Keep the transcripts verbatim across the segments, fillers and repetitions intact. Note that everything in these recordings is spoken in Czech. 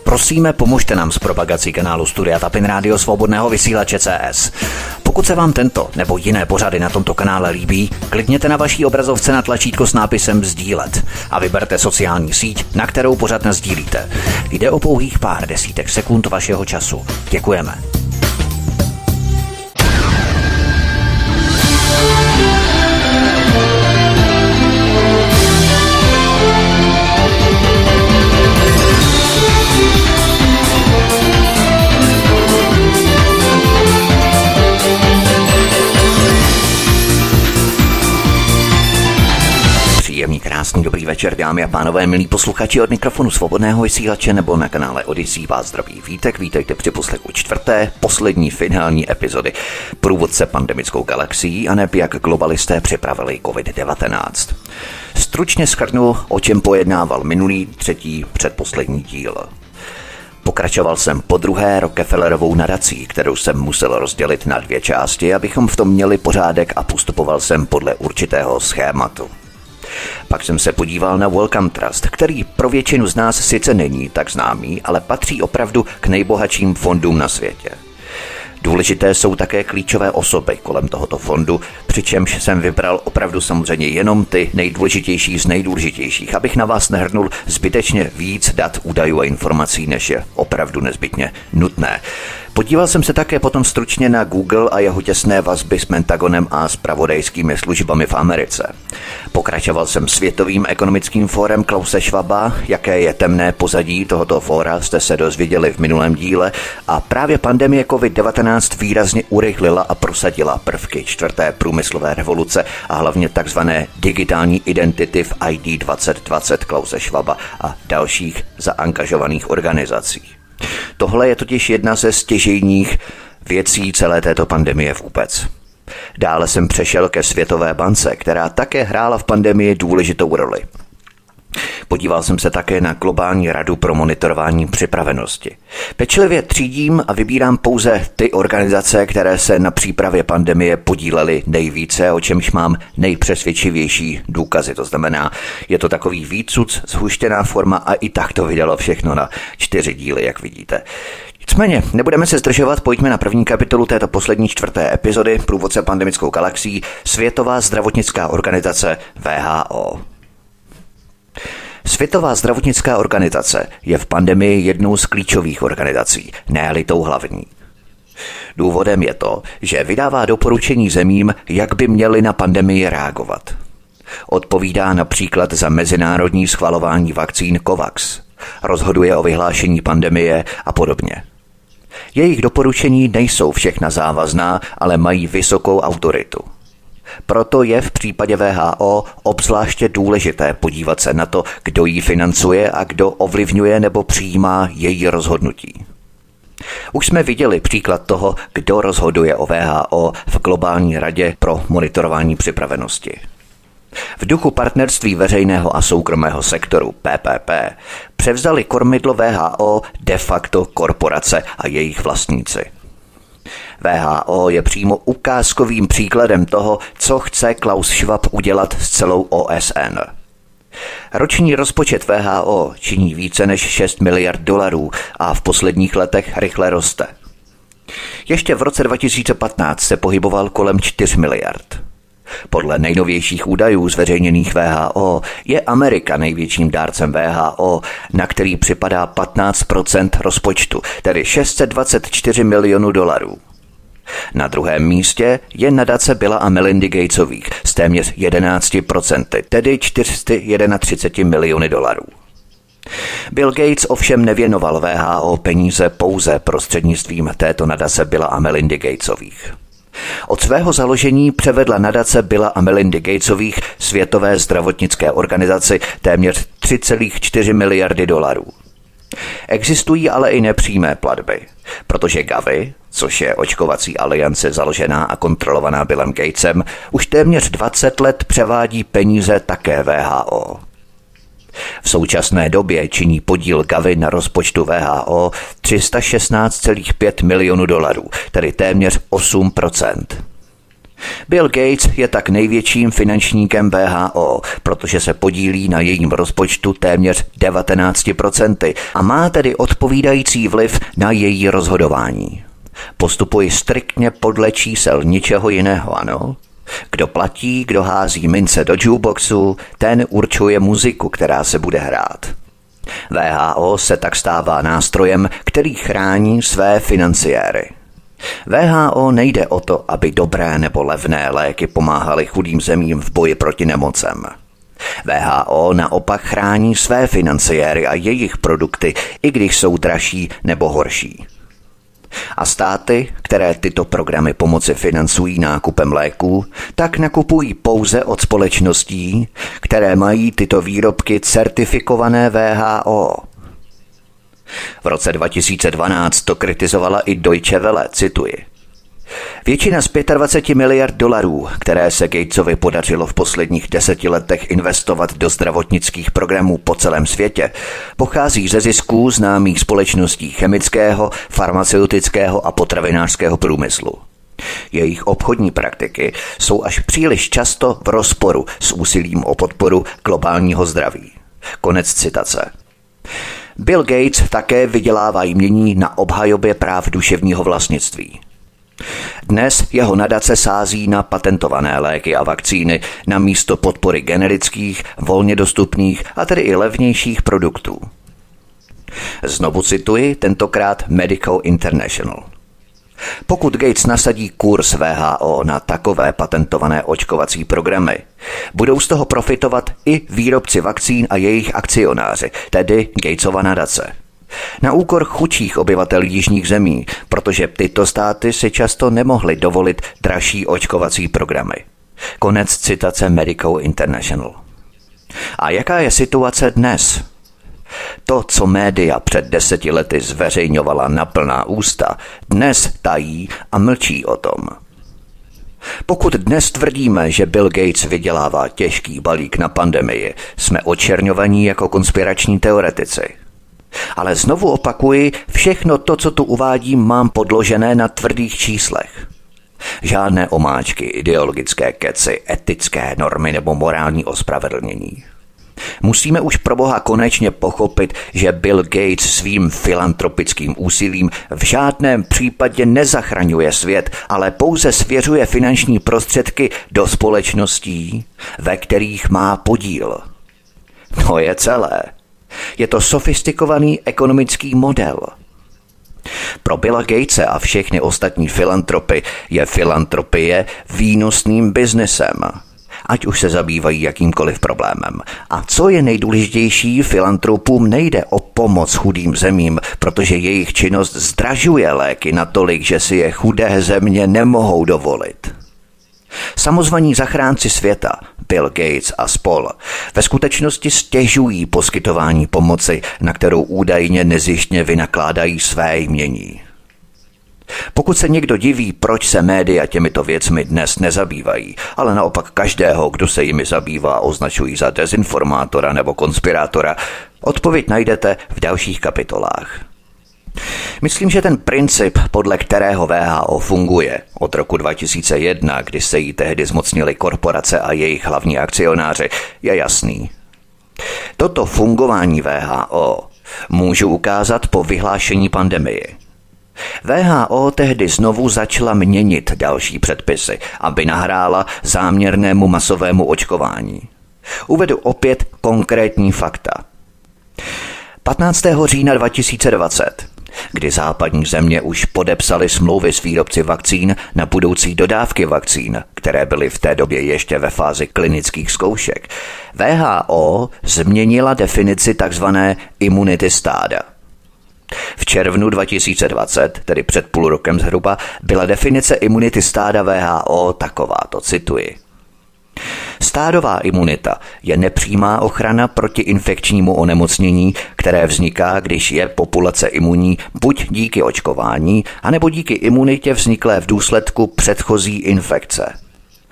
Prosíme, pomožte nám s propagací kanálu Studia Tapin Rádio Svobodného vysílače C S. Pokud se vám tento nebo jiné pořady na tomto kanále líbí, klikněte na vaší obrazovce na tlačítko s nápisem sdílet a vyberte sociální síť, na kterou pořad nasdílíte. Jde o pouhých pár desítek sekund vašeho času. Děkujeme. Příjemný, krásný, dobrý večer, dámy a pánové, milí posluchači, od mikrofonu Svobodného vysílače nebo na kanále Odyssey vás zdraví Vítek. Vítejte při poslechu čtvrté, poslední finální epizody průvodce pandemickou galaxií a neb jak globalisté připravili covid devatenáct. Stručně shrnu, o čem pojednával minulý, třetí, předposlední díl. Pokračoval jsem po druhé Rockefellerovou nadací, kterou jsem musel rozdělit na dvě části, abychom v tom měli pořádek, a postupoval jsem podle určitého schématu. Pak jsem se podíval na Wellcome Trust, který pro většinu z nás sice není tak známý, ale patří opravdu k nejbohatším fondům na světě. Důležité jsou také klíčové osoby kolem tohoto fondu, přičemž jsem vybral opravdu samozřejmě jenom ty nejdůležitější z nejdůležitějších, abych na vás nehrnul zbytečně víc dat, údajů a informací, než je opravdu nezbytně nutné. Podíval jsem se také potom stručně na Google a jeho těsné vazby s Pentagonem a zpravodajskými službami v Americe. Pokračoval jsem Světovým ekonomickým fórem Klause Schwaba, jaké je temné pozadí tohoto fóra, jste se dozvěděli v minulém díle, a právě pandemie covid devatenáct výrazně urychlila a prosadila prvky čtvrté průmyslové revoluce a hlavně takzvané digitální identity v I D dvacet dvacet Klause Schwaba a dalších zaangažovaných organizací. Tohle je totiž jedna ze stěžejních věcí celé této pandemie vůbec. Dále jsem přešel ke Světové bance, která také hrála v pandemii důležitou roli. Podíval jsem se také na Globální radu pro monitorování připravenosti. Pečlivě třídím a vybírám pouze ty organizace, které se na přípravě pandemie podílely nejvíce, o čemž mám nejpřesvědčivější důkazy. To znamená, je to takový výcuc, zhuštěná forma a i tak to vydalo všechno na čtyři díly, jak vidíte. Nicméně, nebudeme se zdržovat, pojďme na první kapitolu této poslední čtvrté epizody průvodce pandemickou galaxií, Světová zdravotnická organizace W H O. Světová zdravotnická organizace je v pandemii jednou z klíčových organizací, ne-li tou hlavní. Důvodem je to, že vydává doporučení zemím, jak by měly na pandemii reagovat. Odpovídá například za mezinárodní schvalování vakcín COVAX, rozhoduje o vyhlášení pandemie a podobně. Jejich doporučení nejsou všechna závazná, ale mají vysokou autoritu. Proto je v případě W H O obzvláště důležité podívat se na to, kdo ji financuje a kdo ovlivňuje nebo přijímá její rozhodnutí. Už jsme viděli příklad toho, kdo rozhoduje o W H O v Globální radě pro monitorování připravenosti. V duchu partnerství veřejného a soukromého sektoru P P P převzali kormidlo W H O de facto korporace a jejich vlastníci. W H O je přímo ukázkovým příkladem toho, co chce Klaus Schwab udělat s celou O S N. Roční rozpočet W H O činí více než šest miliard dolarů a v posledních letech rychle roste. Ještě v roce dva tisíce patnáct se pohyboval kolem čtyři miliard. Podle nejnovějších údajů zveřejněných W H O je Amerika největším dárcem W H O, na který připadá patnáct procent rozpočtu, tedy šest set dvacet čtyři milionů dolarů. Na druhém místě je nadace Billa a Melindy Gatesových s téměř jedenáct procent, tedy čtyři sta třicet jedna miliony dolarů. Bill Gates ovšem nevěnoval W H O peníze pouze prostřednictvím této nadace Billa a Melindy Gatesových. Od svého založení převedla nadace Billa a Melindy Gatesových Světové zdravotnické organizaci téměř tři celé čtyři miliardy dolarů. Existují ale i nepřímé platby, protože Gavi, což je očkovací aliance založená a kontrolovaná Billem Gatesem, už téměř dvacet let převádí peníze také W H O. V současné době činí podíl Gavi na rozpočtu W H O tři sta šestnáct celá pět milionů dolarů, tedy téměř osm procent. Bill Gates je tak největším finančníkem W H O, protože se podílí na jejím rozpočtu téměř devatenáct procent a má tedy odpovídající vliv na její rozhodování. Postupuji striktně podle čísel, ničeho jiného, ano? Kdo platí, kdo hází mince do jukeboxu, ten určuje muziku, která se bude hrát. W H O se tak stává nástrojem, který chrání své financiéry. W H O nejde o to, aby dobré nebo levné léky pomáhaly chudým zemím v boji proti nemocem. W H O naopak chrání své financiéry a jejich produkty, i když jsou dražší nebo horší. A státy, které tyto programy pomoci financují nákupem léků, tak nakupují pouze od společností, které mají tyto výrobky certifikované W H O. V roce dva tisíce dvanáct to kritizovala i Deutsche Welle, cituji. Většina z dvacet pět miliard dolarů, které se Gatesovi podařilo v posledních deseti letech investovat do zdravotnických programů po celém světě, pochází ze zisků známých společností chemického, farmaceutického a potravinářského průmyslu. Jejich obchodní praktiky jsou až příliš často v rozporu s úsilím o podporu globálního zdraví. Konec citace. Bill Gates také vydělává jmění na obhajobě práv duševního vlastnictví. Dnes jeho nadace sází na patentované léky a vakcíny na místo podpory generických, volně dostupných a tedy i levnějších produktů. Znovu cituji tentokrát Medical International. Pokud Gates nasadí kurz W H O na takové patentované očkovací programy, budou z toho profitovat i výrobci vakcín a jejich akcionáři, tedy Gatesova nadace. Na úkor chudších obyvatel jižních zemí, protože tyto státy si často nemohly dovolit dražší očkovací programy. Konec citace Medical International. A jaká je situace dnes? To, co média před deseti lety zveřejňovala na plná ústa, dnes tají a mlčí o tom. Pokud dnes tvrdíme, že Bill Gates vydělává těžký balík na pandemii, jsme očerňovaní jako konspirační teoretici. Ale znovu opakuji, všechno to, co tu uvádím, mám podložené na tvrdých číslech. Žádné omáčky, ideologické keci, etické normy nebo morální ospravedlnění. Musíme už pro Boha konečně pochopit, že Bill Gates svým filantropickým úsilím v žádném případě nezachraňuje svět, ale pouze svěřuje finanční prostředky do společností, ve kterých má podíl. To je celé. Je to sofistikovaný ekonomický model. Pro Billa Gatese a všechny ostatní filantropy je filantropie výnosným biznesem, ať už se zabývají jakýmkoliv problémem. A co je nejdůležitější, filantropům nejde o pomoc chudým zemím, protože jejich činnost zdražuje léky natolik, že si je chudé země nemohou dovolit. Samozvaní zachránci světa, Bill Gates a spol, ve skutečnosti stěžují poskytování pomoci, na kterou údajně nezištně vynakládají své jmění. Pokud se někdo diví, proč se média těmito věcmi dnes nezabývají, ale naopak každého, kdo se jimi zabývá, označují za dezinformátora nebo konspirátora, odpověď najdete v dalších kapitolách. Myslím, že ten princip, podle kterého W H O funguje od roku dva tisíce jedna, kdy se jí tehdy zmocnily korporace a jejich hlavní akcionáři, je jasný. Toto fungování W H O můžu ukázat po vyhlášení pandemie. W H O tehdy znovu začala měnit další předpisy, aby nahrála záměrnému masovému očkování. Uvedu opět konkrétní fakta. patnáctého října dva tisíce dvacet, kdy západní země už podepsaly smlouvy s výrobci vakcín na budoucí dodávky vakcín, které byly v té době ještě ve fázi klinických zkoušek, W H O změnila definici tzv. Imunity stáda. V červnu dva tisíce dvacet, tedy před půl rokem zhruba, byla definice imunity stáda W H O takováto, cituji. Stádová imunita je nepřímá ochrana proti infekčnímu onemocnění, které vzniká, když je populace imunní buď díky očkování, anebo díky imunitě vzniklé v důsledku předchozí infekce.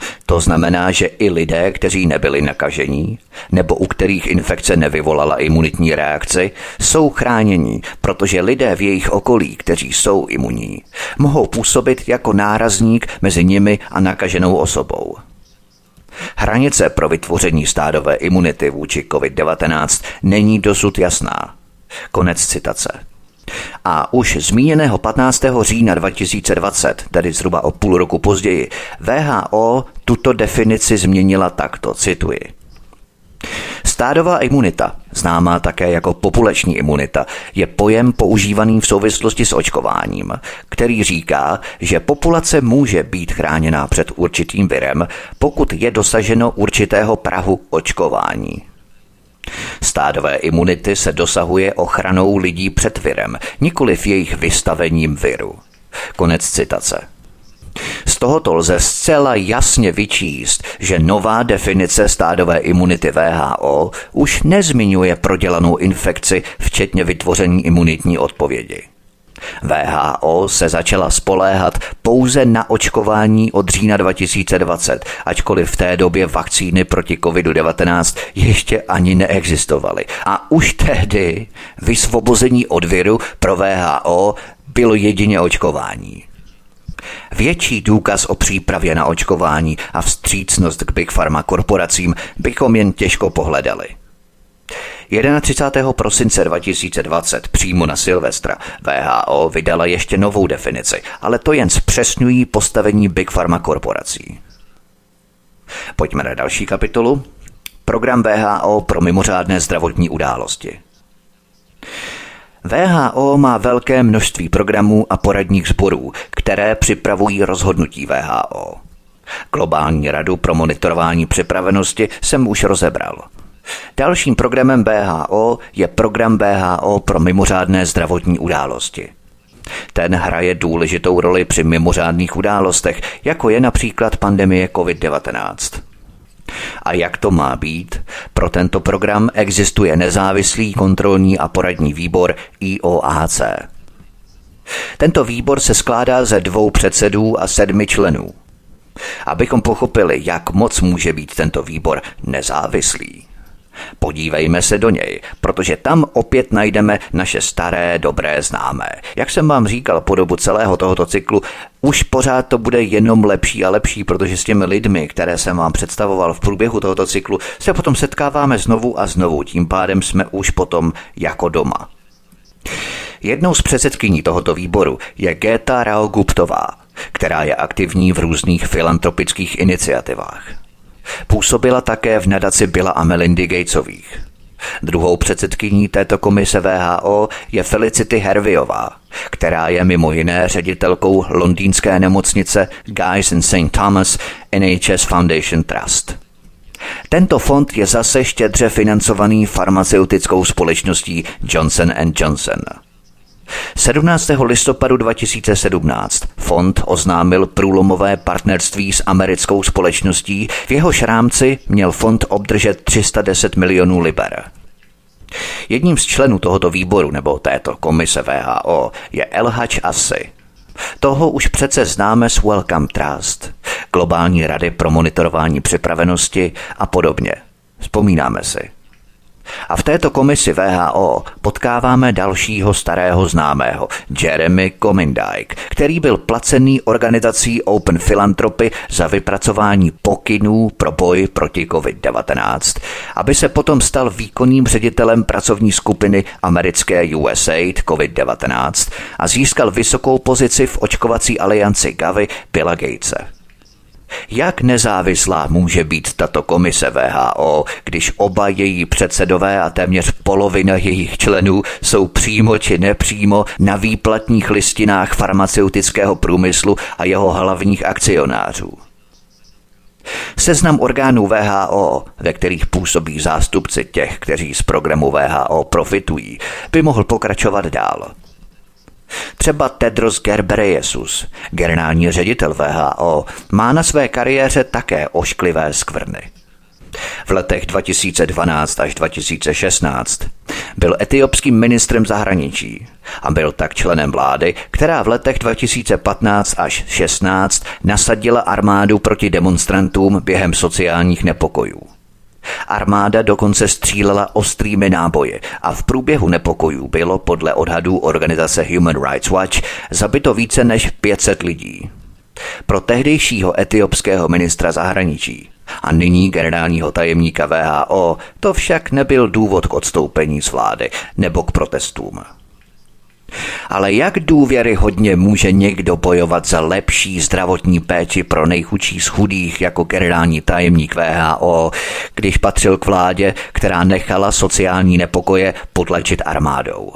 To znamená, že i lidé, kteří nebyli nakažení, nebo u kterých infekce nevyvolala imunitní reakci, jsou chráněni, protože lidé v jejich okolí, kteří jsou imunní, mohou působit jako nárazník mezi nimi a nakaženou osobou. Hranice pro vytvoření stádové imunity vůči covid devatenáct není dosud jasná. Konec citace. A už zmíněného patnáctého října dva tisíce dvacet, tedy zhruba o půl roku později, W H O tuto definici změnila takto, cituji. Stádová imunita, známá také jako populační imunita, je pojem používaný v souvislosti s očkováním, který říká, že populace může být chráněná před určitým virem, pokud je dosaženo určitého prahu očkování. Stádové imunity se dosahuje ochranou lidí před virem, nikoliv jejich vystavením viru. Konec citace. Z tohoto lze zcela jasně vyčíst, že nová definice stádové imunity W H O už nezmiňuje prodělanou infekci, včetně vytvoření imunitní odpovědi. W H O se začala spoléhat pouze na očkování od října dva tisíce dvacet, ačkoliv v té době vakcíny proti covid devatenáct ještě ani neexistovaly. A už tehdy vysvobození od viru pro W H O bylo jedině očkování. Větší důkaz o přípravě na očkování a vstřícnost k Big Pharma korporacím bychom jen těžko pohledali. třicátého prvního prosince dva tisíce dvacet, přímo na Silvestra, W H O vydala ještě novou definici, ale to jen zpřesňují postavení Big Pharma korporací. Pojďme na další kapitolu. Program W H O pro mimořádné zdravotní události. W H O má velké množství programů a poradních sborů, které připravují rozhodnutí W H O. Globální radu pro monitorování připravenosti jsem už rozebral. Dalším programem W H O je program W H O pro mimořádné zdravotní události. Ten hraje důležitou roli při mimořádných událostech, jako je například pandemie covid devatenáct. A jak to má být? Pro tento program existuje nezávislý kontrolní a poradní výbor I O A C. Tento výbor se skládá ze dvou předsedů a sedmi členů. Abychom pochopili, jak moc může být tento výbor nezávislý, podívejme se do něj, protože tam opět najdeme naše staré, dobré známé. Jak jsem vám říkal po dobu celého tohoto cyklu, už pořád to bude jenom lepší a lepší, protože s těmi lidmi, které jsem vám představoval v průběhu tohoto cyklu, se potom setkáváme znovu a znovu, tím pádem jsme už potom jako doma. Jednou z předsedkyní tohoto výboru je Geta Rao Guptová, která je aktivní v různých filantropických iniciativách. Působila také v nadaci Billa a Melindy Gatesových. Druhou předsedkyní této komise W H O je Felicity Herviová, která je mimo jiné ředitelkou londýnské nemocnice Guy's and Saint Thomas N H S Foundation Trust. Tento fond je zase štědře financovaný farmaceutickou společností Johnson and Johnson. sedmnáctého listopadu dva tisíce sedmnáct fond oznámil průlomové partnerství s americkou společností, v jehož rámci měl fond obdržet tři sta deset milionů liber. Jedním z členů tohoto výboru nebo této komise W H O je Elhaj Asi. Toho už přece známe z Wellcome Trust, globální rady pro monitorování připravenosti a podobně. Vzpomínáme si. A v této komisi W H O potkáváme dalšího starého známého, Jeremy Comindike, který byl placený organizací Open Philanthropy za vypracování pokynů pro boj proti covid devatenáct, aby se potom stal výkonným ředitelem pracovní skupiny americké U S A I D covid devatenáct a získal vysokou pozici v očkovací alianci Gavi Billa Gatese. Jak nezávislá může být tato komise W H O, když oba její předsedové a téměř polovina jejich členů jsou přímo či nepřímo na výplatních listinách farmaceutického průmyslu a jeho hlavních akcionářů? Seznam orgánů W H O, ve kterých působí zástupci těch, kteří z programu W H O profitují, by mohl pokračovat dál. Třeba Tedros Ghebreyesus, generální ředitel W H O, má na své kariéře také ošklivé skvrny. V letech dva tisíce dvanáct až dva tisíce šestnáct byl etiopským ministrem zahraničí a byl tak členem vlády, která v letech dva tisíce patnáct až šestnáct nasadila armádu proti demonstrantům během sociálních nepokojů. Armáda dokonce střílela ostrými náboji a v průběhu nepokojů bylo podle odhadů organizace Human Rights Watch zabito více než pět set lidí. Pro tehdejšího etiopského ministra zahraničí a nyní generálního tajemníka W H O to však nebyl důvod k odstoupení z vlády nebo k protestům. Ale jak důvěryhodně může někdo bojovat za lepší zdravotní péči pro nejchudší z chudých jako generální tajemník W H O, když patřil k vládě, která nechala sociální nepokoje potlačit armádou?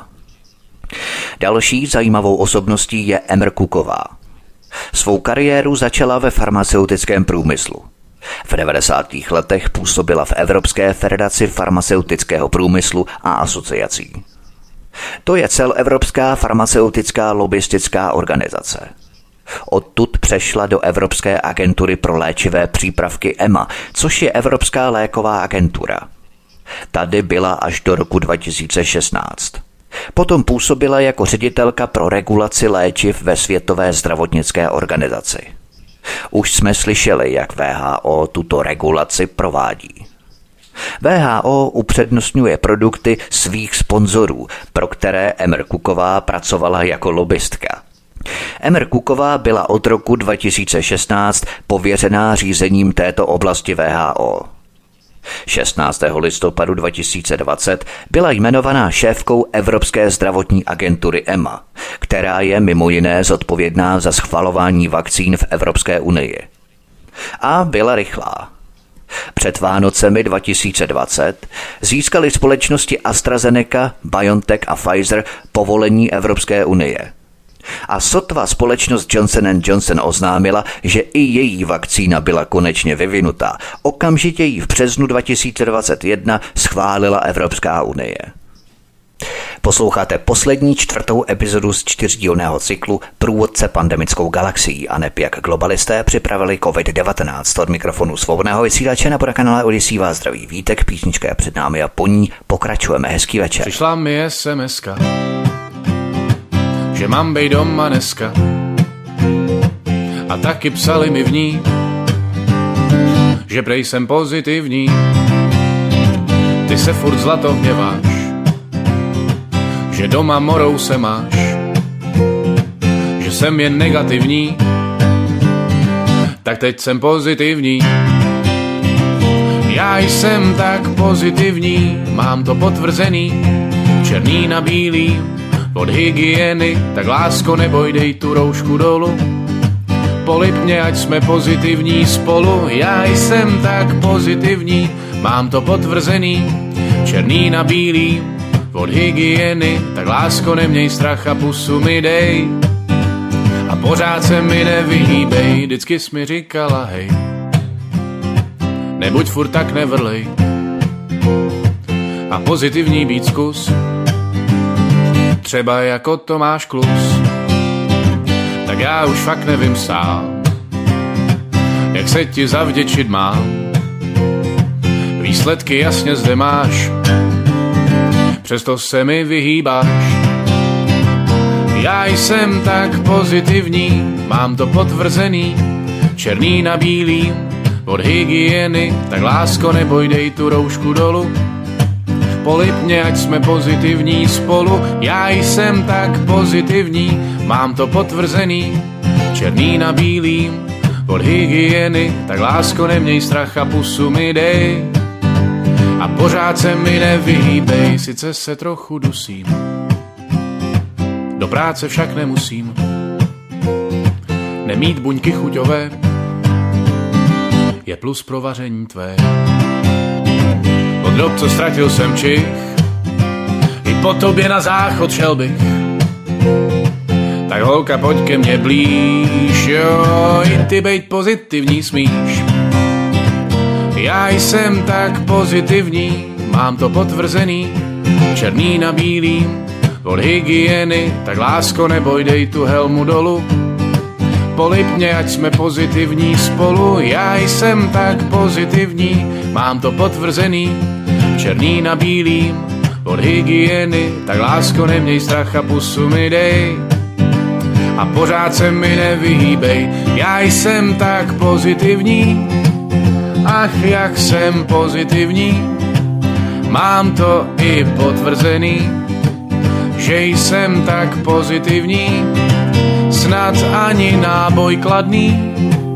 Další zajímavou osobností je Emmer Cooková. Svou kariéru začala ve farmaceutickém průmyslu. V devadesátých letech působila v Evropské federaci farmaceutického průmyslu a asociací. To je celoevropská farmaceutická lobistická organizace. Odtud přešla do Evropské agentury pro léčivé přípravky E M A, což je Evropská léková agentura. Tady byla až do roku dva tisíce šestnáct. Potom působila jako ředitelka pro regulaci léčiv ve Světové zdravotnické organizaci. Už jsme slyšeli, jak W H O tuto regulaci provádí. W H O upřednostňuje produkty svých sponzorů, pro které Emmer Cooková pracovala jako lobistka. Emmer Cooková byla od roku dva tisíce šestnáct pověřená řízením této oblasti W H O. šestnáctého listopadu dva tisíce dvacet byla jmenovaná šéfkou Evropské zdravotní agentury E M A, která je mimo jiné zodpovědná za schvalování vakcín v Evropské unii. A byla rychlá. Před Vánocemi dva tisíce dvacet získaly společnosti AstraZeneca, BioNTech a Pfizer povolení Evropské unie. A sotva společnost Johnson and Johnson oznámila, že i její vakcína byla konečně vyvinutá, okamžitě ji v březnu dva tisíce dvacet jedna schválila Evropská unie. Posloucháte poslední čtvrtou epizodu z čtyřdílného cyklu Průvodce pandemickou galaxií a neb jak globalisté připravili covid devatenáct. Od mikrofonu svobodného vysílače na kanále Odyssey vás zdraví Vítek, písnička je před námi a po ní pokračujeme. Hezký večer. Přišla mi SMSka, že mám bej doma dneska, a taky psali mi v ní, že prej jsem pozitivní. Ty se furt zlato hněváš, že doma morou se máš, že jsem jen negativní, tak teď jsem pozitivní. Já jsem tak pozitivní, mám to potvrzený, černý na bílý, od hygieny, tak lásko neboj, dej tu roušku dolů. Polip mě, ať jsme pozitivní spolu. Já jsem tak pozitivní, mám to potvrzený, černý na bílý, od hygieny, tak lásko neměj strach a pusu mi dej. A pořád se mi nevyhýbej, vždycky jsi mi říkala hej, nebuď furt tak nevrlej a pozitivní být zkus, třeba jako Tomáš Klus. Tak já už fakt nevím sám, jak se ti zavděčit mám. Výsledky jasně zde máš, přesto se mi vyhýbáš. Já jsem tak pozitivní, mám to potvrzený, černý na bílý, od hygieny, tak lásko neboj, dej tu roušku dolů. Polip mě, ať jsme pozitivní spolu. Já jsem tak pozitivní, mám to potvrzený, černý na bílý, od hygieny, tak lásko neměj strach a pusu mi dej. A pořád se mi nevyhýbej, sice se trochu dusím, do práce však nemusím. Nemít buňky chuťové je plus pro vaření tvé. Od dob, co ztratil jsem čich, i po tobě na záchod šel bych. Tak holka, pojď ke mně blíž, jo, i ty bejt pozitivní smíš. Já jsem tak pozitivní, mám to potvrzený, černý na bílý, od hygieny, tak lásko neboj, dej tu helmu dolů. polipně, ať jsme pozitivní spolu. Já jsem tak pozitivní, mám to potvrzený, černý na bílým, od hygieny, tak lásko neměj strach a pusu mi dej. A pořád se mi nevyhýbej, já jsem tak pozitivní, ach jak jsem pozitivní, mám to i potvrzený, že jsem tak pozitivní, snad ani náboj kladný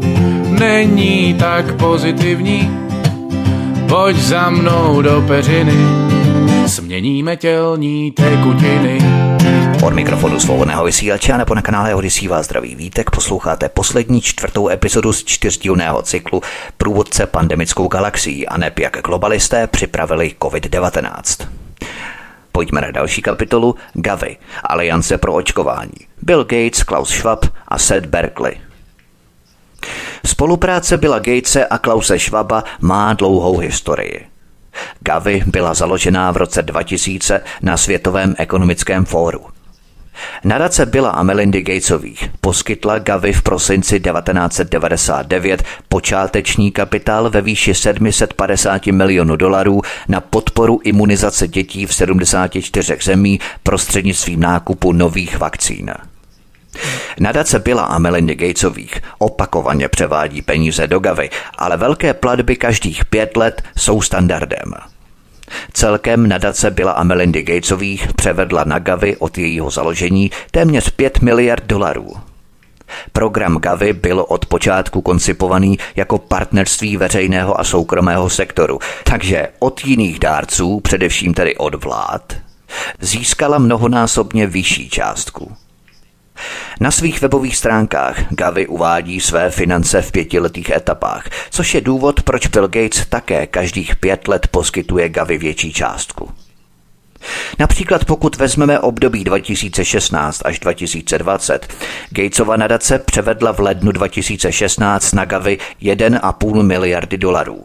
není tak pozitivní, pojď za mnou do peřiny, směníme tělní tekutiny. Od mikrofonu Svobodného vysílače a nebo na kanále Odyssey vás zdraví Vítek, posloucháte poslední čtvrtou epizodu z čtyřdílného cyklu Průvodce pandemickou galaxií a neb jak globalisté připravili covid devatenáct. Pojďme na další kapitolu Gavi, Aliance pro očkování. Bill Gates, Klaus Schwab a Seth Berkley. Spolupráce Billa Gatese a Klause Schwaba má dlouhou historii. Gavi byla založená v roce dva tisíce na Světovém ekonomickém fóru. Nadace Billa a Melindy Gatesových poskytla Gavi v prosinci devatenáct set devadesát devět počáteční kapitál ve výši sedm set padesát milionů dolarů na podporu imunizace dětí v sedmdesáti čtyřech zemí prostřednictvím nákupu nových vakcín. Nadace Billa a Melindy Gatesových opakovaně převádí peníze do Gavi, ale velké platby každých pět let jsou standardem. Celkem nadace Billa a Melindy Gatesových převedla na Gavi od jejího založení téměř pět miliard dolarů. Program Gavi byl od počátku koncipovaný jako partnerství veřejného a soukromého sektoru, takže od jiných dárců, především tedy od vlád, získala mnohonásobně vyšší částku. Na svých webových stránkách Gavi uvádí své finance v pětiletých etapách, což je důvod, proč Bill Gates také každých pět let poskytuje Gavi větší částku. Například pokud vezmeme období dva tisíce šestnáct až dva tisíce dvacet, Gatesova nadace převedla v lednu dva tisíce šestnáct na Gavi jedna celá pět miliardy dolarů.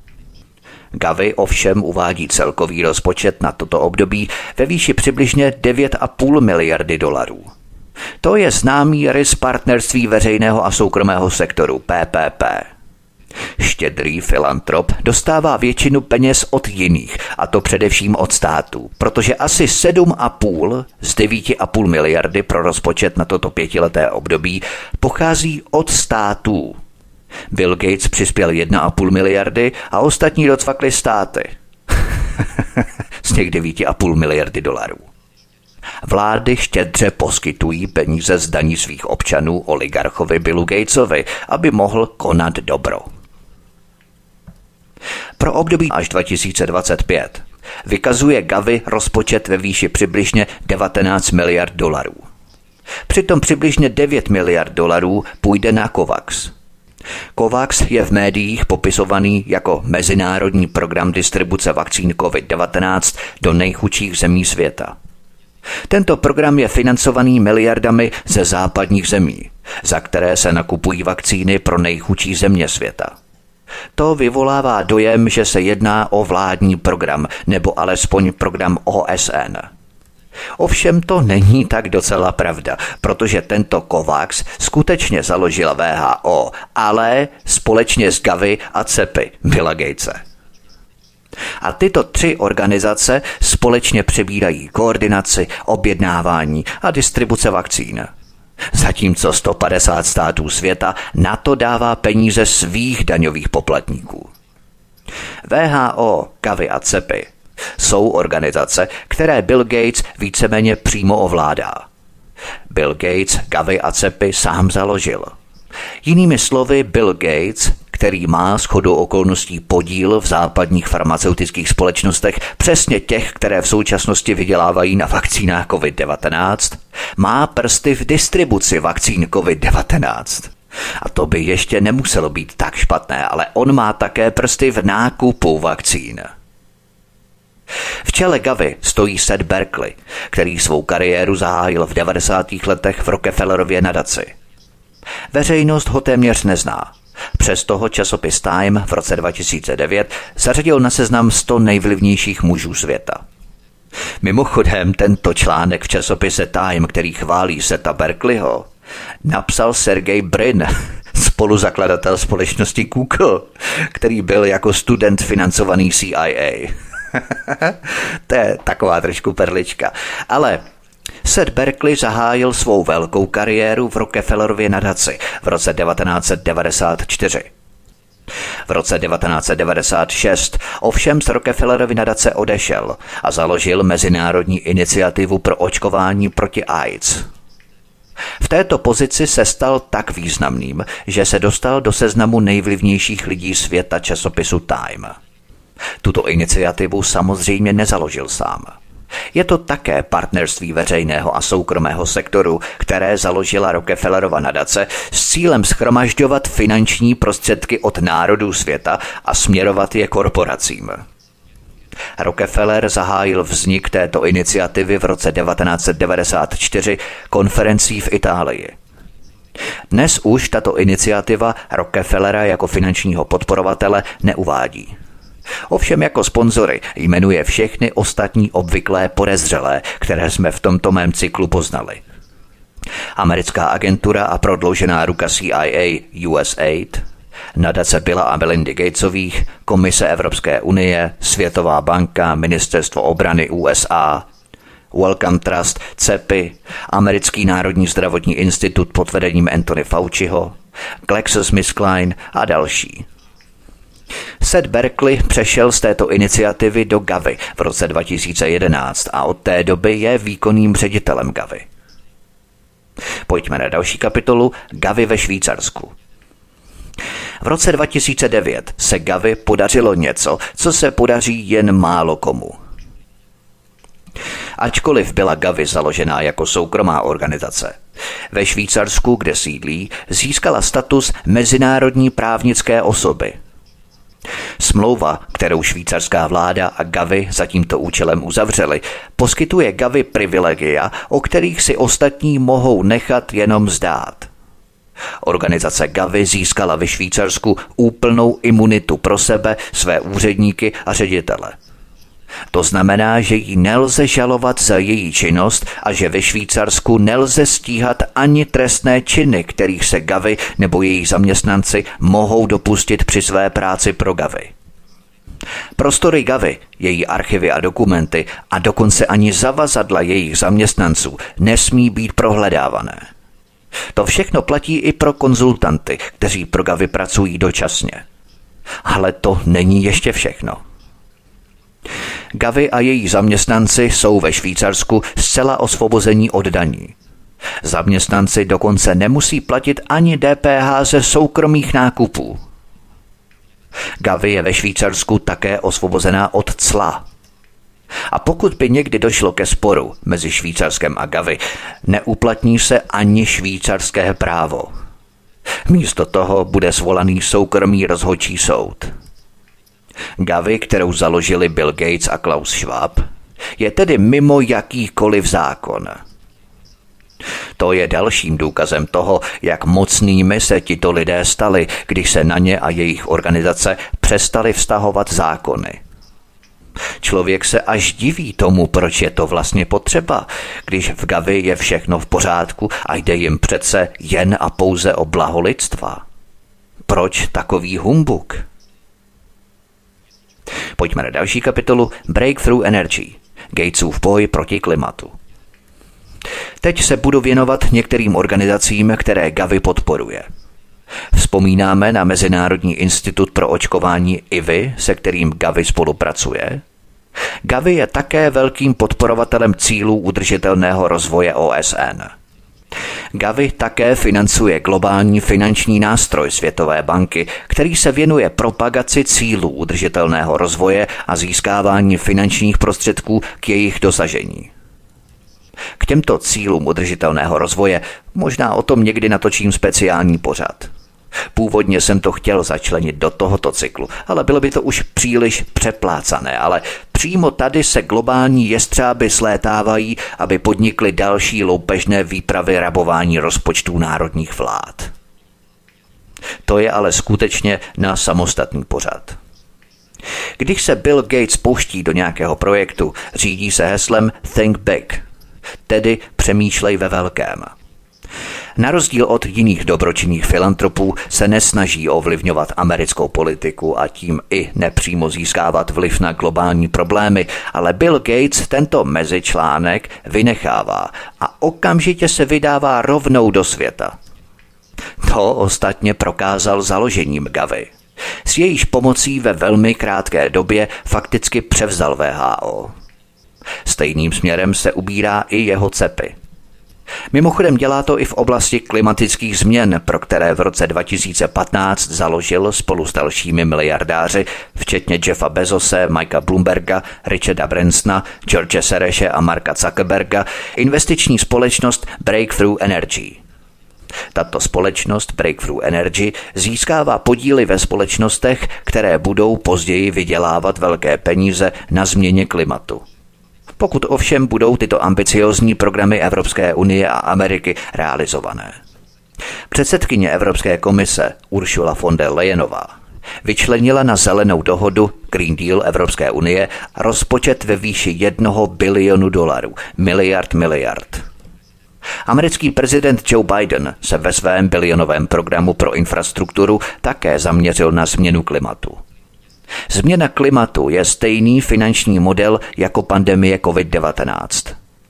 Gavi ovšem uvádí celkový rozpočet na toto období ve výši přibližně devět celá pět miliardy dolarů. To je známý rys partnerství veřejného a soukromého sektoru P P P. Štědrý filantrop dostává většinu peněz od jiných, a to především od států, protože asi sedm celá pět z devět celá pět miliardy pro rozpočet na toto pětileté období pochází od států. Bill Gates přispěl jedna celá pět miliardy a ostatní docvakly státy. Z těch devět celá pět miliardy dolarů. Vlády štědře poskytují peníze z daní svých občanů oligarchovi Billu Gatesovi, aby mohl konat dobro. Pro období až dva tisíce dvacet pět vykazuje Gavi rozpočet ve výši přibližně devatenáct miliard dolarů. Přitom přibližně devět miliard dolarů půjde na COVAX. COVAX je v médiích popisovaný jako mezinárodní program distribuce vakcín covid devatenáct do nejchudších zemí světa. Tento program je financovaný miliardami ze západních zemí, za které se nakupují vakcíny pro nejchudší země světa. To vyvolává dojem, že se jedná o vládní program, nebo alespoň program O S N. Ovšem to není tak docela pravda, protože tento COVAX skutečně založila W H O, ale společně s Gavi a Cepy Billa Gatese. A tyto tři organizace společně přebírají koordinaci, objednávání a distribuce vakcín. Zatímco sto padesát států světa na to dává peníze svých daňových poplatníků. W H O, Gavi a Cepy jsou organizace, které Bill Gates víceméně přímo ovládá. Bill Gates Gavi a Cepy sám založil. Jinými slovy, Bill Gates, který má shodou okolností podíl v západních farmaceutických společnostech, přesně těch, které v současnosti vydělávají na vakcínách covid devatenáct, má prsty v distribuci vakcín covid devatenáct. A to by ještě nemuselo být tak špatné, ale on má také prsty v nákupu vakcín. V čele Gavi stojí Seth Berkley, který svou kariéru zahájil v devadesátých letech v Rockefellerově nadaci. Veřejnost ho téměř nezná. Přesto ho časopis Time v roce dva tisíce devět zařadil na seznam sto nejvlivnějších mužů světa. Mimochodem, tento článek v časopise Time, který chválí Setha Berkleyho, Napsal Sergey Brin, spoluzakladatel společnosti Google, který byl jako student financovaný C I A. To je taková trošku perlička. Ale Seth Berkley zahájil svou velkou kariéru v Rockefellerově nadaci v roce devatenáct set devadesát čtyři. V roce devatenáct set devadesát šest ovšem z Rockefellerovy nadace odešel a založil Mezinárodní iniciativu pro očkování proti AIDS. V této pozici se stal tak významným, že se dostal do seznamu nejvlivnějších lidí světa časopisu Time. Tuto iniciativu samozřejmě nezaložil sám. Je to také partnerství veřejného a soukromého sektoru, které založila Rockefellerova nadace s cílem shromažďovat finanční prostředky od národů světa a směrovat je korporacím. Rockefeller zahájil vznik této iniciativy v roce devatenáct set devadesát čtyři konferencí v Itálii. Dnes už tato iniciativa Rockefellera jako finančního podporovatele neuvádí. Ovšem jako sponzory jmenuje všechny ostatní obvyklé podezřelé, které jsme v tomto mém cyklu poznali. Americká agentura a prodloužená ruka C I A U S A I D, nadace Billa a Melindy Gatesových, Komise Evropské unie, Světová banka, Ministerstvo obrany U S A, Wellcome Trust, C E P I, Americký národní zdravotní institut pod vedením Anthony Fauciho, GlaxoSmithKline a další. Seth Berkley přešel z této iniciativy do Gavi v roce dva tisíce jedenáct a od té doby je výkonným ředitelem Gavi. Pojďme na další kapitolu Gavi ve Švýcarsku. V roce dva tisíce devět se Gavi podařilo něco, co se podaří jen málo komu. Ačkoliv byla Gavi založená jako soukromá organizace, ve Švýcarsku, kde sídlí, získala status mezinárodní právnické osoby. Smlouva, kterou švýcarská vláda a Gavi za tímto účelem uzavřeli, poskytuje Gavi privilegia, o kterých si ostatní mohou nechat jenom zdát. Organizace Gavi získala ve Švýcarsku úplnou imunitu pro sebe, své úředníky a ředitele. To znamená, že ji nelze žalovat za její činnost a že ve Švýcarsku nelze stíhat ani trestné činy, kterých se Gavi nebo její zaměstnanci mohou dopustit při své práci pro Gavi. Prostory Gavi, její archivy a dokumenty a dokonce ani zavazadla jejich zaměstnanců nesmí být prohledávané. To všechno platí i pro konzultanty, kteří pro Gavi pracují dočasně. Ale to není ještě všechno. Gavi a její zaměstnanci jsou ve Švýcarsku zcela osvobození od daní. Zaměstnanci dokonce nemusí platit ani D P H ze soukromých nákupů. Gavi je ve Švýcarsku také osvobozená od cla. A pokud by někdy došlo ke sporu mezi Švýcarskem a Gavi, neuplatní se ani švýcarské právo. Místo toho bude svolaný soukromý rozhodčí soud. Gavi, kterou založili Bill Gates a Klaus Schwab, je tedy mimo jakýkoliv zákon. To je dalším důkazem toho, jak mocnými se tito lidé stali, když se na ně a jejich organizace přestali vztahovat zákony. Člověk se až diví tomu, proč je to vlastně potřeba, když v Gavi je všechno v pořádku a jde jim přece jen a pouze o blaho lidstva. Proč takový humbuk? Pojďme na další kapitolu Breakthrough Energy, Gatesův boj proti klimatu. Teď se budu věnovat některým organizacím, které Gavi podporuje. Vzpomínáme na Mezinárodní institut pro očkování I V I, se kterým Gavi spolupracuje. Gavi je také velkým podporovatelem cílů udržitelného rozvoje O S N. Gavi také financuje globální finanční nástroj Světové banky, který se věnuje propagaci cílů udržitelného rozvoje a získávání finančních prostředků k jejich dosažení. K těmto cílům udržitelného rozvoje možná o tom někdy natočím speciální pořad. Původně jsem to chtěl začlenit do tohoto cyklu, ale bylo by to už příliš přeplácané, ale přímo tady se globální jestřáby slétávají, aby podnikly další loupežné výpravy rabování rozpočtů národních vlád. To je ale skutečně na samostatný pořad. Když se Bill Gates pouští do nějakého projektu, řídí se heslem Think Big, tedy přemýšlej ve velkém. Na rozdíl od jiných dobročinných filantropů se nesnaží ovlivňovat americkou politiku a tím i nepřímo získávat vliv na globální problémy, ale Bill Gates tento mezičlánek vynechává a okamžitě se vydává rovnou do světa. To ostatně prokázal založením Gavi. S jejíž pomocí ve velmi krátké době fakticky převzal W H O. Stejným směrem se ubírá i jeho cepy. Mimochodem dělá to i v oblasti klimatických změn, pro které v roce dva tisíce patnáct založil spolu s dalšími miliardáři, včetně Jeffa Bezose, Mikea Bloomberga, Richarda Bransona, George Soreše a Marka Zuckerberga, investiční společnost Breakthrough Energy. Tato společnost Breakthrough Energy získává podíly ve společnostech, které budou později vydělávat velké peníze na změně klimatu. Pokud ovšem budou tyto ambiciózní programy Evropské unie a Ameriky realizované. Předsedkyně Evropské komise Ursula von der Leyenová vyčlenila na zelenou dohodu Green Deal Evropské unie rozpočet ve výši jednoho bilionu dolarů, miliard miliard. Americký prezident Joe Biden se ve svém bilionovém programu pro infrastrukturu také zaměřil na změnu klimatu. Změna klimatu je stejný finanční model jako pandemie covid devatenáct.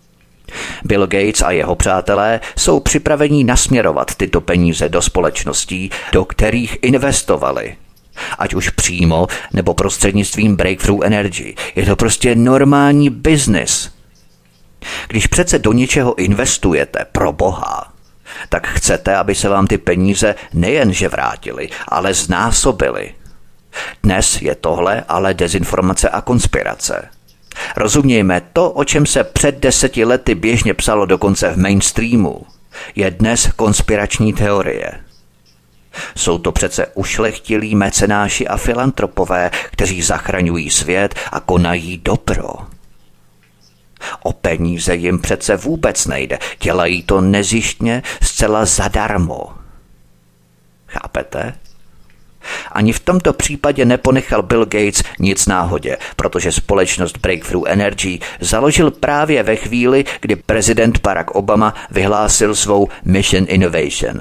Bill Gates a jeho přátelé jsou připraveni nasměrovat tyto peníze do společností, do kterých investovali. Ať už přímo nebo prostřednictvím Breakthrough Energy. Je to prostě normální biznis. Když přece do něčeho investujete pro Boha, tak chcete, aby se vám ty peníze nejenže vrátily, ale znásobily. Dnes je tohle ale dezinformace a konspirace. Rozumějme, to, o čem se před deseti lety běžně psalo dokonce v mainstreamu, je dnes konspirační teorie. Jsou to přece ušlechtilí mecenáši a filantropové, kteří zachraňují svět a konají dobro. O peníze jim přece vůbec nejde, dělají to nezištně, zcela zadarmo. Chápete? Ani v tomto případě neponechal Bill Gates nic náhodě, protože společnost Breakthrough Energy založil právě ve chvíli, kdy prezident Barack Obama vyhlásil svou Mission Innovation.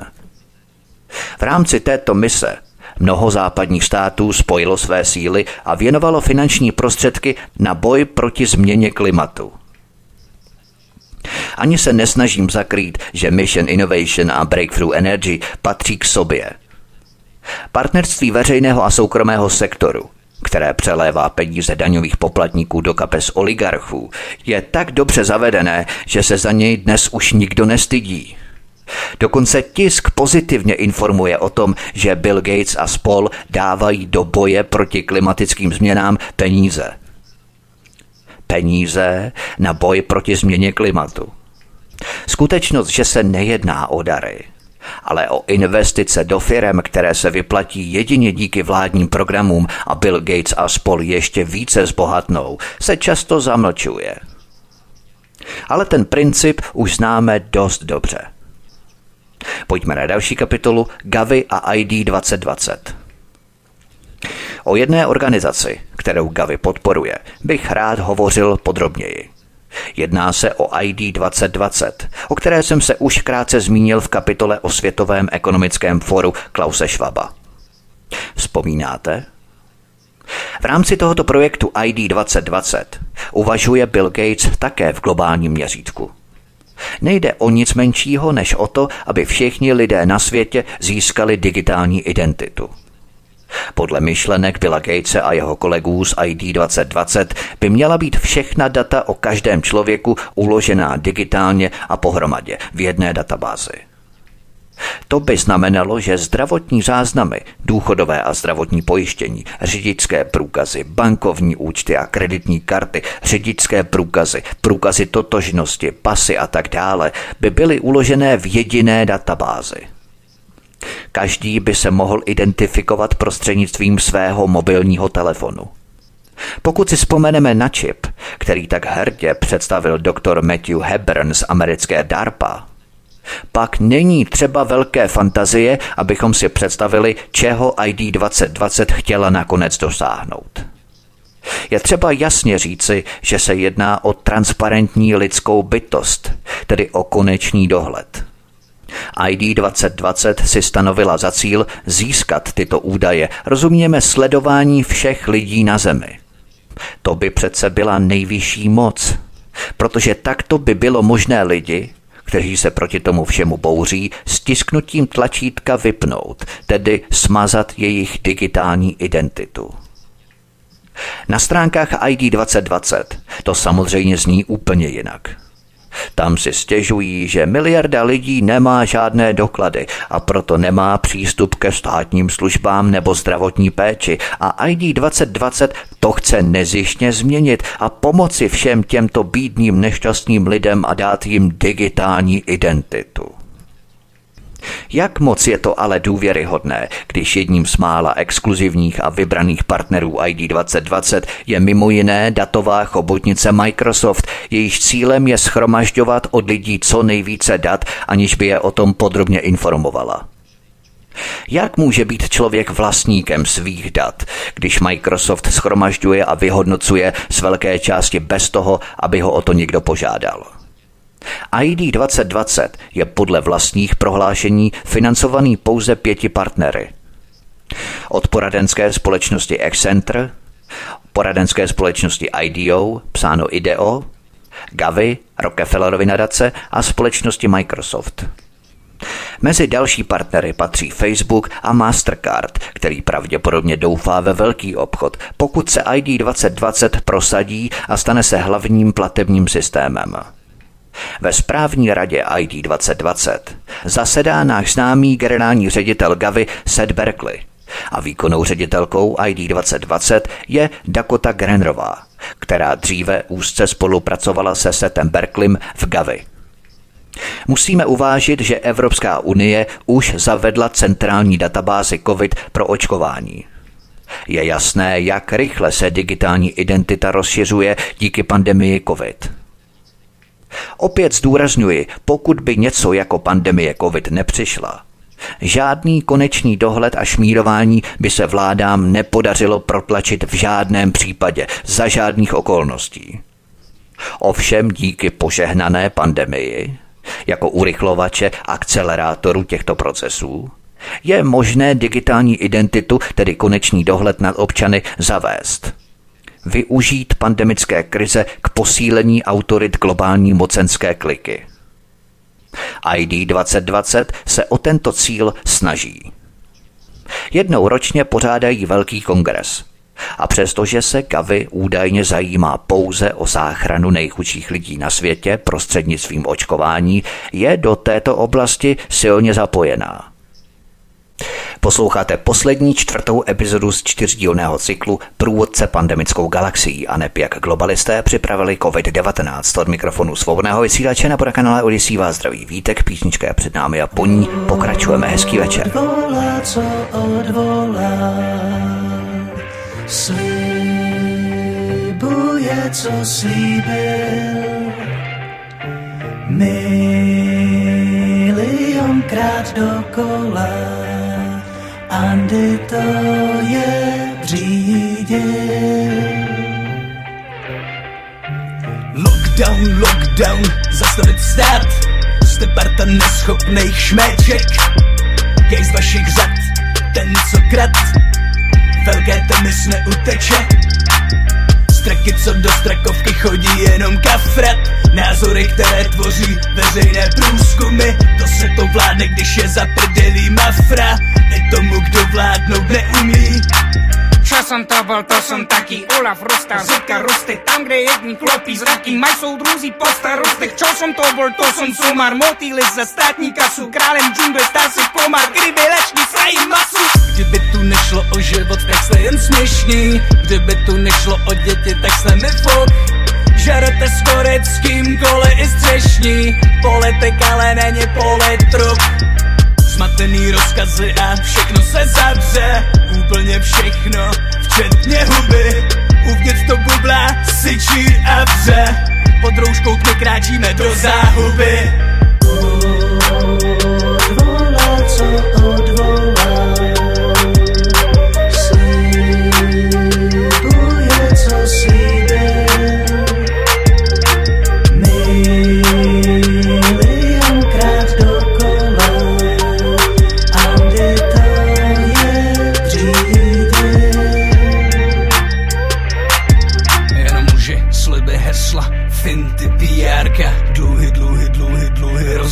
V rámci této mise mnoho západních států spojilo své síly a věnovalo finanční prostředky na boj proti změně klimatu. Ani se nesnažím zakrýt, že Mission Innovation a Breakthrough Energy patří k sobě. Partnerství veřejného a soukromého sektoru, které přelévá peníze daňových poplatníků do kapes oligarchů, je tak dobře zavedené, že se za něj dnes už nikdo nestydí. Dokonce tisk pozitivně informuje o tom, že Bill Gates a spol dávají do boje proti klimatickým změnám peníze. Peníze na boj proti změně klimatu. Skutečnost, že se nejedná o dary, ale o investice do firem, které se vyplatí jedině díky vládním programům a Bill Gates a spol ještě více zbohatnou, se často zamlčuje. Ale ten princip už známe dost dobře. Pojďme na další kapitolu Gavi a I D dvacet dvacet. O jedné organizaci, kterou Gavi podporuje, bych rád hovořil podrobněji. Jedná se o I D dvacet dvacet, o které jsem se už krátce zmínil v kapitole o Světovém ekonomickém fóru Klause Schwaba. Vzpomínáte? V rámci tohoto projektu I D dvacet dvacet uvažuje Bill Gates také v globálním měřítku. Nejde o nic menšího než o to, aby všichni lidé na světě získali digitální identitu. Podle myšlenek Billa Gatese a jeho kolegů z I D dvacet dvacet by měla být všechna data o každém člověku uložená digitálně a pohromadě v jedné databázi. To by znamenalo, že zdravotní záznamy, důchodové a zdravotní pojištění, řidičské průkazy, bankovní účty a kreditní karty, řidičské průkazy, průkazy totožnosti, pasy a tak dále by byly uložené v jediné databázi. Každý by se mohl identifikovat prostřednictvím svého mobilního telefonu. Pokud si vzpomeneme na čip, který tak hrdě představil doktor Matthew Hebburn z americké DARPA, pak není třeba velké fantazie, abychom si představili, čeho I D dvacet dvacet chtěla nakonec dosáhnout. Je třeba jasně říci, že se jedná o transparentní lidskou bytost, tedy o konečný dohled. í dé dvacet dvacet si stanovila za cíl získat tyto údaje, rozumíme sledování všech lidí na Zemi. To by přece byla nejvyšší moc, protože takto by bylo možné lidi, kteří se proti tomu všemu bouří, stisknutím tlačítka vypnout, tedy smazat jejich digitální identitu. Na stránkách í dé dvacet dvacet to samozřejmě zní úplně jinak. Tam si stěžují, že miliarda lidí nemá žádné doklady a proto nemá přístup ke státním službám nebo zdravotní péči a í dé dvacet dvacet to chce nezištně změnit a pomoci všem těmto bídným nešťastným lidem a dát jim digitální identitu. Jak moc je to ale důvěryhodné, když jedním z mála exkluzivních a vybraných partnerů í dé dvacet dvacet je mimo jiné datová chobotnice Microsoft, jejíž cílem je shromažďovat od lidí co nejvíce dat, aniž by je o tom podrobně informovala. Jak může být člověk vlastníkem svých dat, když Microsoft shromažďuje a vyhodnocuje z velké části bez toho, aby ho o to někdo požádal? í dé dvacet dvacet je podle vlastních prohlášení financovaný pouze pěti partnery. Od poradenské společnosti Accenture, poradenské společnosti í dé ó, psáno IDEO, Gavi, Rockefellerovy nadace a společnosti Microsoft. Mezi další partnery patří Facebook a Mastercard, který pravděpodobně doufá ve velký obchod, pokud se í dé dvacet dvacet prosadí a stane se hlavním platebním systémem. Ve správní radě í dé dvacet dvacet zasedá náš známý generální ředitel Gavi Seth Berkley a výkonnou ředitelkou í dé dvacet dvacet je Dakota Grenrová, která dříve úzce spolupracovala se Sethem Berkleym v Gavi. Musíme uvážit, že Evropská unie už zavedla centrální databázi COVID pro očkování. Je jasné, jak rychle se digitální identita rozšiřuje díky pandemii COVID. Opět zdůrazňuji, pokud by něco jako pandemie COVID nepřišla, žádný konečný dohled a šmírování by se vládám nepodařilo protlačit v žádném případě, za žádných okolností. Ovšem díky požehnané pandemii, jako urychlovače akcelerátoru těchto procesů, je možné digitální identitu, tedy konečný dohled nad občany, zavést. Využít pandemické krize k posílení autorit globální mocenské kliky. í dé dvacet dvacet se o tento cíl snaží. Jednou ročně pořádají velký kongres. A přestože se Gavi údajně zajímá pouze o záchranu nejchudších lidí na světě prostřednictvím očkování, je do této oblasti silně zapojená. Posloucháte poslední čtvrtou epizodu z čtyřdílného cyklu Průvodce pandemickou galaxií a neb jak globalisté připravili covid devatenáct. Od mikrofonu svobodného vysílače na kanále Odyssey vás zdraví Vítek, písnička je před námi a po ní pokračujeme. Hezký večer. Odvolá, co odvolá, slibuje, co slíbil, milionkrát dokola. Andy to je řídil. Lockdown, lockdown, zastavit stát. Jste parta neschopných šméček. Gej z vašich řad, ten co krat. Velké temis neuteče. Straky, co do strakovky chodí jenom kafrat. Názory, které tvoří veřejné průzkumy. To se to vládne, když je zaprdelý mafra. I tomu, kdo vládnout neumí. Čo som to bol, to som taký Olaf Rosta, Zitka Rusty. Tam, kde jedni klopí zraky, maj jsou druzí po starostech. Čo som to bol, to som sumar. Motýly za státní kasu, králem džungle stal se pomar. Kdyby lečky srají masu. Kdyby tu nešlo o život, tak jste jen směšní. Kdyby tu nešlo o děti, tak jste mi fok. Žerete s koreckým kole i střešní. Politik, ale není politruk. Smatený rozkazy a všechno se zavře. Úplně všechno, včetně huby. Uvnitř to bublá, syčí a vře. Pod rouškou tmy kráčíme do záhuby. Odvolá, co odvolá, slibuje, co slíbil, milionkrát dokola.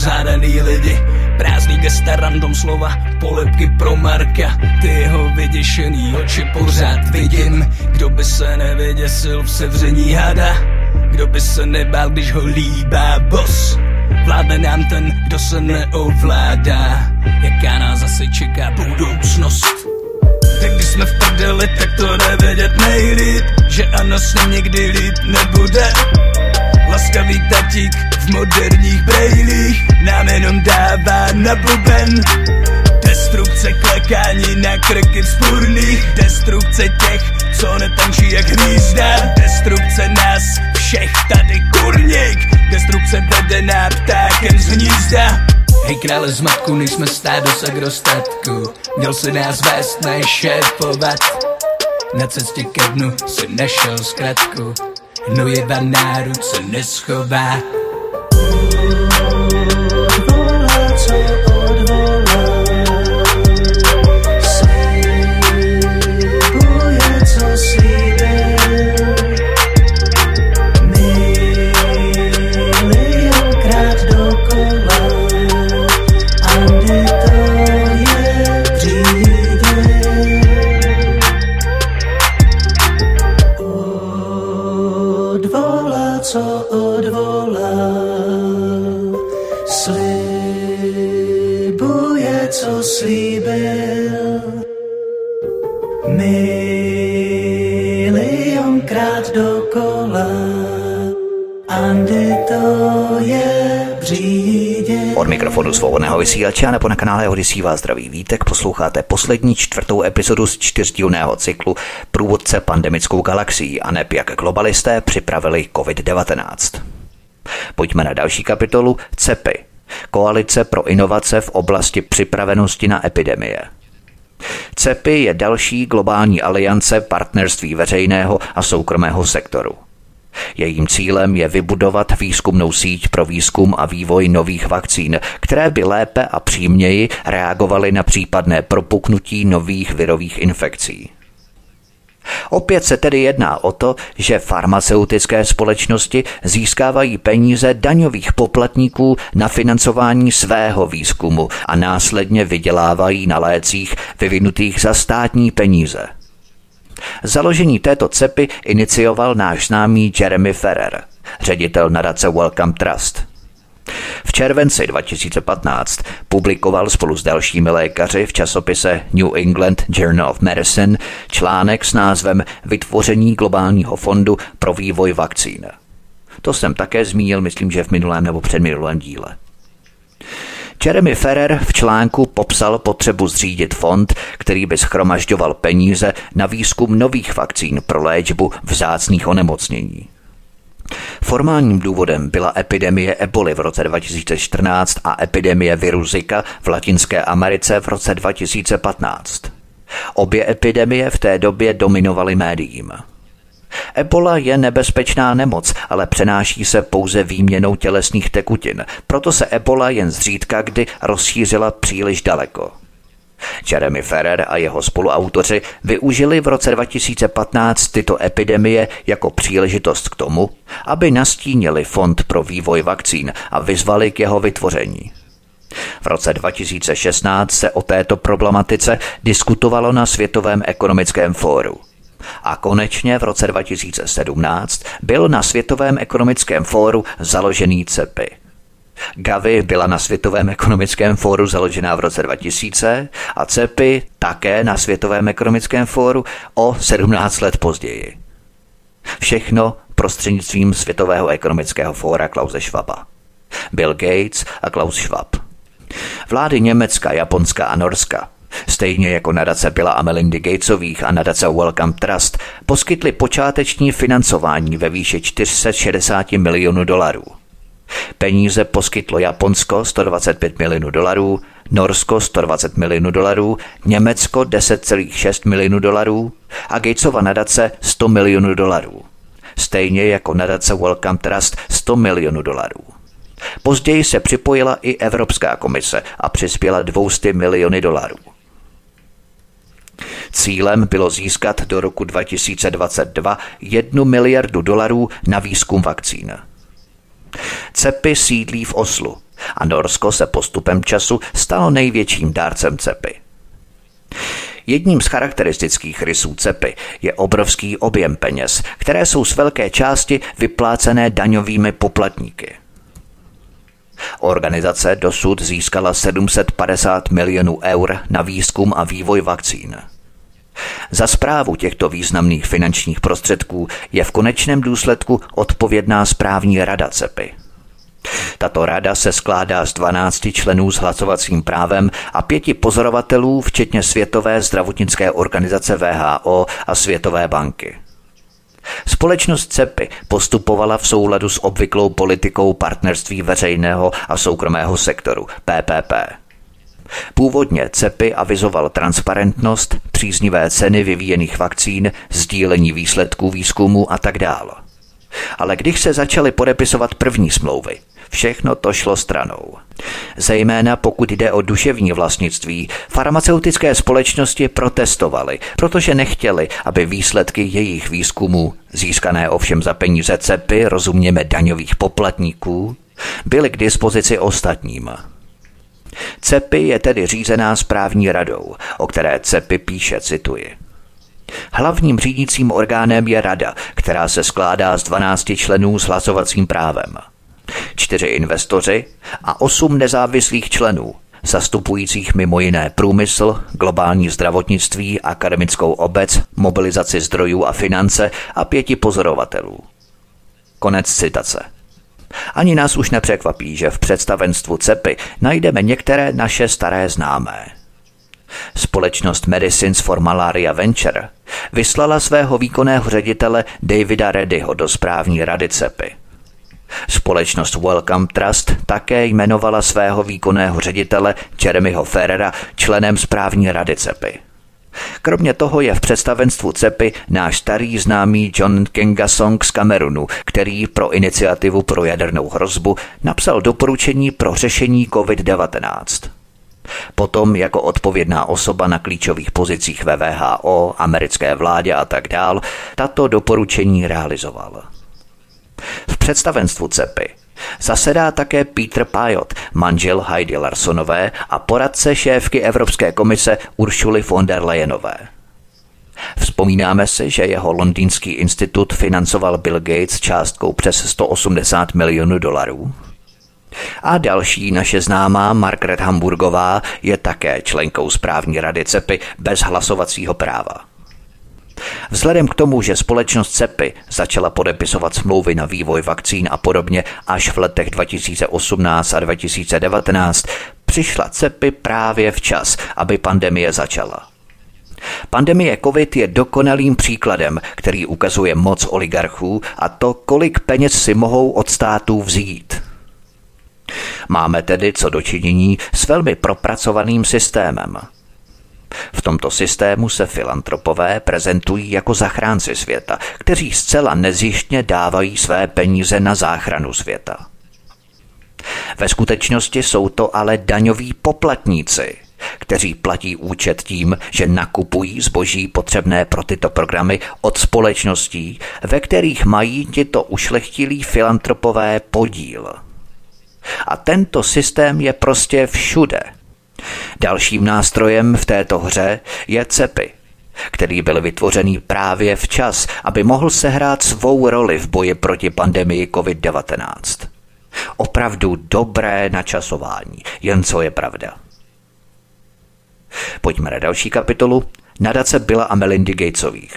uspořádaný lidi, prázdný gesta, random slova, polepky pro Marka. Ty jeho vyděšený oči pořád vidím. Kdo by se nevyděsil v sevření hada, kdo by se nebál, když ho líbá boss. Vládne nám ten, kdo se neovládá. Jaká nás zase čeká budoucnost? Tak když jsme v prdeli, tak to jde vědět nejlíp, že ano, s ním nikdy líp nebude. Laskavý tatík v moderních brejlích nám jenom dává na buben. Destrukce klekání na krky vzpůrných, destrukce těch, co netančí jak hvízda. Destrukce nás všech tady kurník, destrukce vedená ptákem z hnízda. Hej krále zmatku, nejsme stádo z agrostatku, měl se nás vést, ne šéfovat. Na cestě ke dnu si našel zkratku, hnojeva národ se neschová. Co odvolal, slibuje, co slíbil, milionkrát dokola, Andy to je břídě. Od mikrofonu Svobodného vysílače a nebo na kanále Odyssey vás zdraví Vítek, posloucháte poslední čtvrtou epizodu z čtyřdílného cyklu Průvodce pandemickou galaxií a neb jak globalisté připravili covid devatenáct. Pojďme na další kapitolu C E P I, Koalice pro inovace v oblasti připravenosti na epidemie. C E P I je další globální aliance partnerství veřejného a soukromého sektoru. Jejím cílem je vybudovat výzkumnou síť pro výzkum a vývoj nových vakcín, které by lépe a přímněji reagovaly na případné propuknutí nových virových infekcí. Opět se tedy jedná o to, že farmaceutické společnosti získávají peníze daňových poplatníků na financování svého výzkumu a následně vydělávají na lécích vyvinutých za státní peníze. Založení této C E P I inicioval náš známý Jeremy Ferrer, ředitel nadace Wellcome Trust. V červenci dva tisíce patnáct publikoval spolu s dalšími lékaři v časopise New England Journal of Medicine článek s názvem Vytvoření globálního fondu pro vývoj vakcín. To jsem také zmínil, myslím, že v minulém nebo předminulém díle. Jeremy Ferrer v článku popsal potřebu zřídit fond, který by shromažďoval peníze na výzkum nových vakcín pro léčbu vzácných onemocnění. Formálním důvodem byla epidemie eboli v roce dva tisíce čtrnáct a epidemie viru Zika v Latinské Americe v roce dva tisíce patnáct. Obě epidemie v té době dominovaly médiím. Ebola je nebezpečná nemoc, ale přenáší se pouze výměnou tělesných tekutin, proto se ebola jen zřídka kdy rozšířila příliš daleko. Jeremy Ferrer a jeho spoluautoři využili v roce dva tisíce patnáct tyto epidemie jako příležitost k tomu, aby nastínili fond pro vývoj vakcín a vyzvali k jeho vytvoření. V roce dva tisíce šestnáct se o této problematice diskutovalo na Světovém ekonomickém fóru. A konečně v roce dva tisíce sedmnáct byl na Světovém ekonomickém fóru založený C E P I. Gavi byla na Světovém ekonomickém fóru založená v roce dva tisíce a C E P I také na Světovém ekonomickém fóru o sedmnáct let později. Všechno prostřednictvím Světového ekonomického fóra Klause Schwaba. Bill Gates a Klaus Schwab. Vlády Německa, Japonska a Norska, stejně jako nadace Billa a Melindy Gatesových a nadace Wellcome Trust, poskytly počáteční financování ve výši čtyři sta šedesát milionů dolarů. Peníze poskytlo Japonsko sto dvacet pět milionů dolarů, Norsko sto dvacet milionů dolarů, Německo deset celá šest milionů dolarů a Gatesova nadace sto milionů dolarů. Stejně jako nadace Wellcome Trust sto milionů dolarů. Později se připojila i Evropská komise a přispěla dvě stě miliony dolarů. Cílem bylo získat do roku dva tisíce dvacet dva jednu miliardu dolarů na výzkum vakcín. C E P I sídlí v Oslu a a Norsko se postupem času stalo největším dárcem cepy. Jedním z charakteristických rysů cepy je obrovský objem peněz, které jsou z velké části vyplácené daňovými poplatníky. Organizace dosud získala sedm set padesát milionů eur na výzkum a vývoj vakcín. Za správu těchto významných finančních prostředků je v konečném důsledku odpovědná správní rada cepy. Tato rada se skládá z dvanácti členů s hlasovacím právem a pěti pozorovatelů, včetně Světové zdravotnické organizace W H O a Světové banky. Společnost cepy postupovala v souladu s obvyklou politikou partnerství veřejného a soukromého sektoru P P P. Původně cepy avizoval transparentnost, příznivé ceny vyvíjených vakcín, sdílení výsledků výzkumu a tak dále. Ale když se začaly podepisovat první smlouvy, všechno to šlo stranou. Zejména pokud jde o duševní vlastnictví, farmaceutické společnosti protestovaly, protože nechtěly, aby výsledky jejich výzkumů, získané ovšem za peníze cepy, rozuměme daňových poplatníků, byly k dispozici ostatním. cepy je tedy řízená správní radou, o které cepy píše, cituji. Hlavním řídícím orgánem je rada, která se skládá z dvanácti členů s hlasovacím právem. Čtyři investoři a osm nezávislých členů, zastupujících mimo jiné průmysl, globální zdravotnictví, akademickou obec, mobilizaci zdrojů a finance a pěti pozorovatelů. Konec citace. Ani nás už nepřekvapí, že v představenstvu cepy najdeme některé naše staré známé. Společnost Medicines for Malaria Venture vyslala svého výkonného ředitele Davida Reddyho do správní rady cepy. Společnost Wellcome Trust také jmenovala svého výkonného ředitele Jeremyho Ferrera členem správní rady cepy. Kromě toho je v představenstvu cepy náš starý známý John Nkengasong z Kamerunu, který pro iniciativu pro jadernou hrozbu napsal doporučení pro řešení covid devatenáct. Potom jako odpovědná osoba na klíčových pozicích ve W H O, americké vládě a tak dál, tato doporučení realizoval. V představenstvu cepy zasedá také Peter Pajot, manžel Heidi Larsonové a poradce šéfky Evropské komise Ursuly von der Leyenové. Vzpomínáme si, že jeho londýnský institut financoval Bill Gates částkou přes sto osmdesát milionů dolarů. A další naše známá Margaret Hamburgová je také členkou správní rady cepy bez hlasovacího práva. Vzhledem k tomu, že společnost cepy začala podepisovat smlouvy na vývoj vakcín a podobně až v letech dva tisíce osmnáct a dva tisíce devatenáct, přišla cepy právě včas, aby pandemie začala. Pandemie COVID je dokonalým příkladem, který ukazuje moc oligarchů a to, kolik peněz si mohou od států vzít. Máme tedy co dočinění s velmi propracovaným systémem. V tomto systému se filantropové prezentují jako zachránci světa, kteří zcela nezištně dávají své peníze na záchranu světa. Ve skutečnosti jsou to ale daňoví poplatníci, kteří platí účet tím, že nakupují zboží potřebné pro tyto programy od společností, ve kterých mají tito ušlechtilí filantropové podíl. A tento systém je prostě všude. Dalším nástrojem v této hře je cepy, který byl vytvořený právě včas, aby mohl sehrát svou roli v boji proti pandemii covid devatenáct. Opravdu dobré načasování, jen co je pravda. Pojďme na další kapitolu. Nadace Billa a Melindy Gatesových.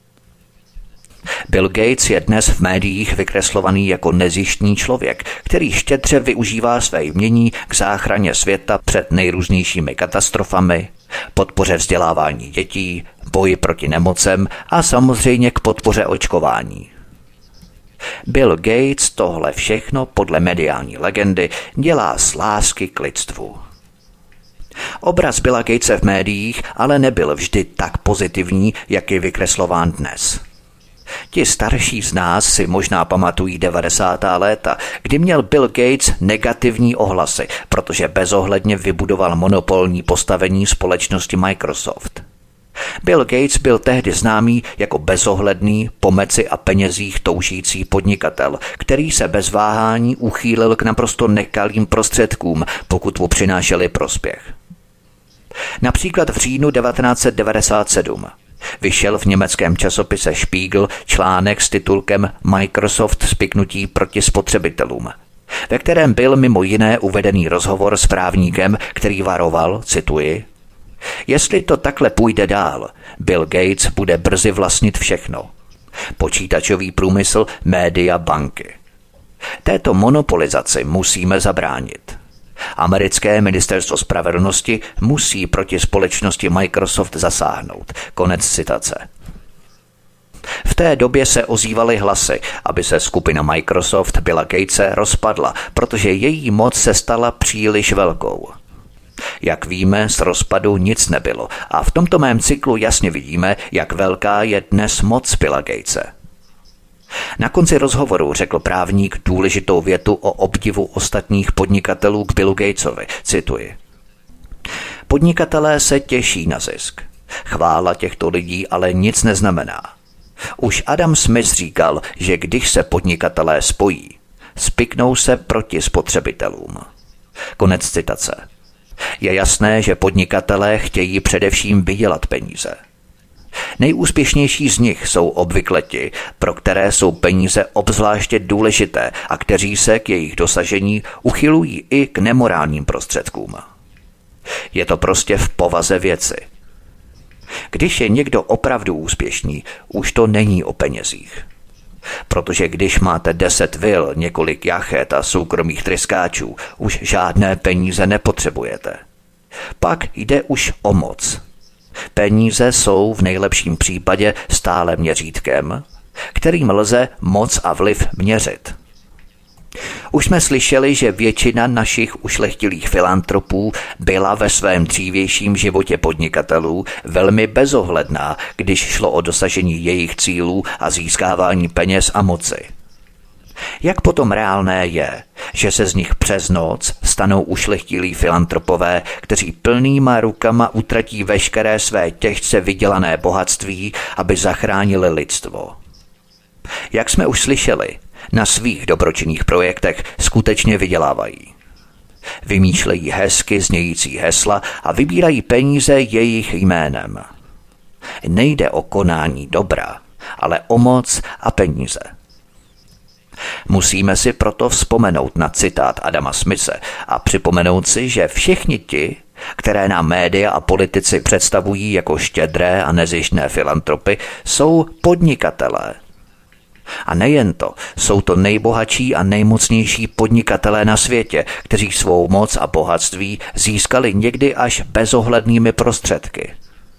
Bill Gates je dnes v médiích vykreslovaný jako nezištný člověk, který štědře využívá své jmění k záchraně světa před nejrůznějšími katastrofami, podpoře vzdělávání dětí, boji proti nemocem a samozřejmě k podpoře očkování. Bill Gates tohle všechno podle mediální legendy dělá z lásky k lidstvu. Obraz Billa Gatese v médiích ale nebyl vždy tak pozitivní, jak je vykreslován dnes. Ti starší z nás si možná pamatují devadesátá léta, kdy měl Bill Gates negativní ohlasy, protože bezohledně vybudoval monopolní postavení společnosti Microsoft. Bill Gates byl tehdy známý jako bezohledný, po meci a penězích toužící podnikatel, který se bez váhání uchýlil k naprosto nekalým prostředkům, pokud mu přinášeli prospěch. Například v říjnu devatenáct set devadesát sedm vyšel v německém časopise Spiegel článek s titulkem Microsoft spiknutí proti spotřebitelům, ve kterém byl mimo jiné uvedený rozhovor s právníkem, který varoval, cituji, jestli to takhle půjde dál, Bill Gates bude brzy vlastnit všechno. Počítačový průmysl, média, banky. Této monopolizaci musíme zabránit. Americké ministerstvo spravedlnosti musí proti společnosti Microsoft zasáhnout. Konec citace. V té době se ozývaly hlasy, aby se skupina Microsoft Billa Gatese rozpadla, protože její moc se stala příliš velkou. Jak víme, z rozpadu nic nebylo a v tomto mém cyklu jasně vidíme, jak velká je dnes moc Billa Gatese. Na konci rozhovoru řekl právník důležitou větu o obdivu ostatních podnikatelů k Billu Gatesovi. Cituji. Podnikatelé se těší na zisk. Chvála těchto lidí ale nic neznamená. Už Adam Smith říkal, že když se podnikatelé spojí, spiknou se proti spotřebitelům. Konec citace. Je jasné, že podnikatelé chtějí především vydělat peníze. Nejúspěšnější z nich jsou obvykle ti, pro které jsou peníze obzvláště důležité a kteří se k jejich dosažení uchylují i k nemorálním prostředkům. Je to prostě v povaze věci. Když je někdo opravdu úspěšný, už to není o penězích. Protože když máte deset vil, několik jachet a soukromých tryskáčů, už žádné peníze nepotřebujete. Pak jde už o moc. Peníze jsou v nejlepším případě stále měřítkem, kterým lze moc a vliv měřit. Už jsme slyšeli, že většina našich ušlechtilých filantropů byla ve svém dřívějším životě podnikatelů velmi bezohledná, když šlo o dosažení jejich cílů a získávání peněz a moci. Jak potom reálné je, že se z nich přes noc stanou ušlechtilí filantropové, kteří plnýma rukama utratí veškeré své těžce vydělané bohatství, aby zachránili lidstvo? Jak jsme už slyšeli, na svých dobročinných projektech skutečně vydělávají. Vymýšlejí hezky znějící hesla a vybírají peníze jejich jménem. Nejde o konání dobra, ale o moc a peníze. Musíme si proto vzpomenout na citát Adama Smithe a připomenout si, že všichni ti, které nám média a politici představují jako štědré a nezištné filantropy, jsou podnikatelé. A nejen to, jsou to nejbohatší a nejmocnější podnikatelé na světě, kteří svou moc a bohatství získali někdy až bezohlednými prostředky.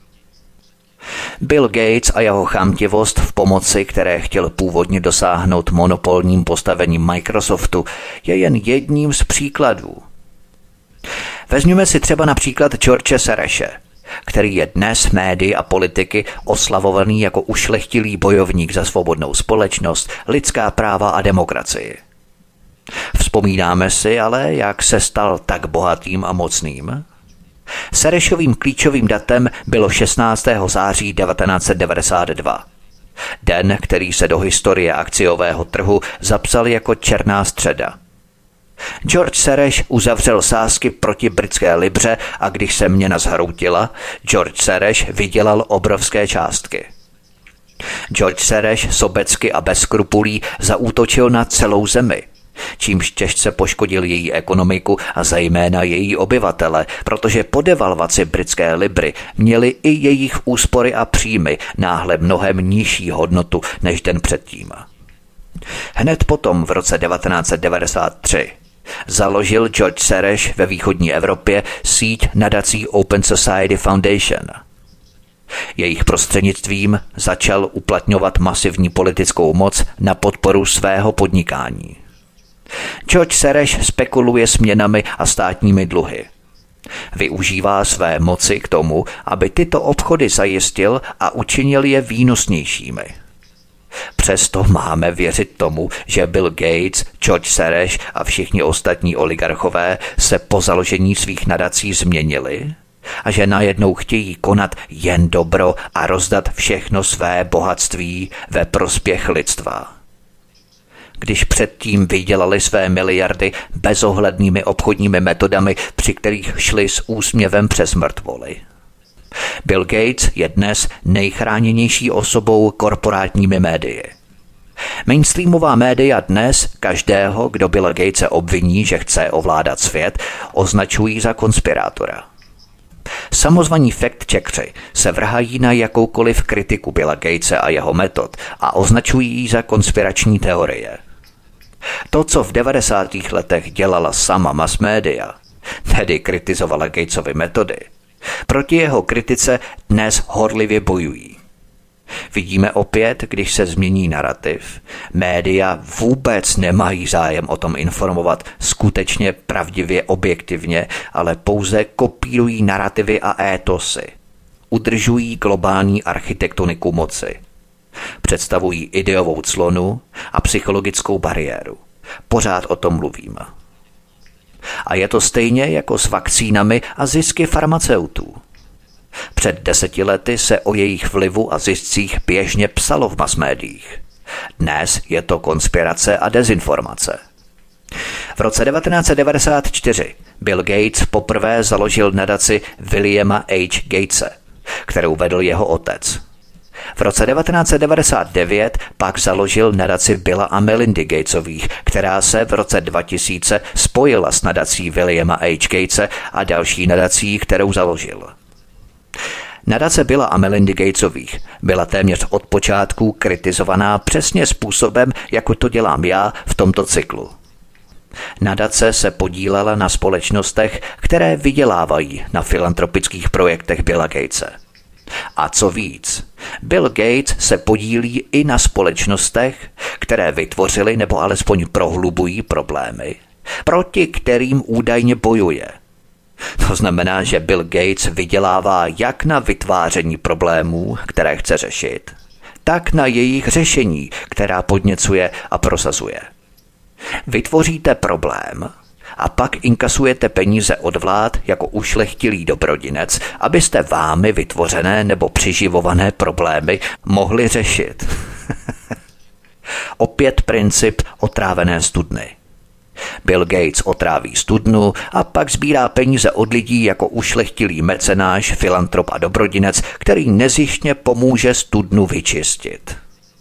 Bill Gates a jeho chamtivost v pomoci, které chtěl původně dosáhnout monopolním postavením Microsoftu, je jen jedním z příkladů. Vezměme si třeba například George Soreše, který je dnes médii a politiky oslavovaný jako ušlechtilý bojovník za svobodnou společnost, lidská práva a demokracii. Vzpomínáme si ale, jak se stal tak bohatým a mocným? Sorešovým klíčovým datem bylo šestnáctého září devatenáct set devadesát dva. Den, který se do historie akciového trhu zapsal jako černá středa. George Soros uzavřel sázky proti britské libře a když se měna zhroutila, George Soros vydělal obrovské částky. George Soros sobecky a bez skrupulí zaútočil na celou zemi, čímž těžce poškodil její ekonomiku a zejména její obyvatele, protože po devalvaci britské libry měly i jejich úspory a příjmy náhle mnohem nižší hodnotu než den předtím. Hned potom v roce devatenáct set devadesát tři založil George Soros ve východní Evropě síť nadací Open Society Foundation. Jejich prostřednictvím začal uplatňovat masivní politickou moc na podporu svého podnikání. George Soros spekuluje s měnami a státními dluhy. Využívá své moci k tomu, aby tyto obchody zajistil a učinil je výnosnějšími. Přesto máme věřit tomu, že Bill Gates, George Soros a všichni ostatní oligarchové se po založení svých nadací změnili a že najednou chtějí konat jen dobro a rozdat všechno své bohatství ve prospěch lidstva. Když předtím vydělali své miliardy bezohlednými obchodními metodami, při kterých šli s úsměvem přes mrtvoly. Bill Gates je dnes nejchráněnější osobou korporátními médii. Mainstreamová média dnes každého, kdo Billa Gatese obviní, že chce ovládat svět, označují za konspirátora. Samozvaní fact-checkři se vrhají na jakoukoliv kritiku Billa Gatese a jeho metod a označují ji za konspirační teorie. To, co v devadesátých letech dělala sama mass media, tedy kritizovala Gatesovy metody, proti jeho kritice dnes horlivě bojují. Vidíme opět, když se změní narrativ, média vůbec nemají zájem o tom informovat skutečně pravdivě, objektivně, ale pouze kopírují narrativy a étosy. Udržují globální architektoniku moci. Představují ideovou clonu a psychologickou bariéru. Pořád o tom mluvíme. A je to stejně jako s vakcínami a zisky farmaceutů. Před deseti lety se o jejich vlivu a ziscích běžně psalo v masmédiích. Dnes je to konspirace a dezinformace. V roce devatenáct set devadesát čtyři Bill Gates poprvé založil nadaci Williama H. Gatese, kterou vedl jeho otec. V roce devatenáct set devadesát devět pak založil nadaci Billa a Melindy Gatesových, která se v roce dva tisíce spojila s nadací Williama H. Gatese a další nadací, kterou založil. Nadace Billa a Melindy Gatesových byla téměř od počátku kritizovaná přesně způsobem, jako to dělám já v tomto cyklu. Nadace se podílela na společnostech, které vydělávají na filantropických projektech Billa Gatese. A co víc, Bill Gates se podílí i na společnostech, které vytvořily nebo alespoň prohlubují problémy, proti kterým údajně bojuje. To znamená, že Bill Gates vydělává jak na vytváření problémů, které chce řešit, tak na jejich řešení, která podněcuje a prosazuje. Vytvoříte problém a pak inkasujete peníze od vlád jako ušlechtilý dobrodinec, abyste vámi vytvořené nebo přiživované problémy mohli řešit. Opět princip otrávené studny. Bill Gates otráví studnu a pak sbírá peníze od lidí jako ušlechtilý mecenáš, filantrop a dobrodinec, který nezištně pomůže studnu vyčistit.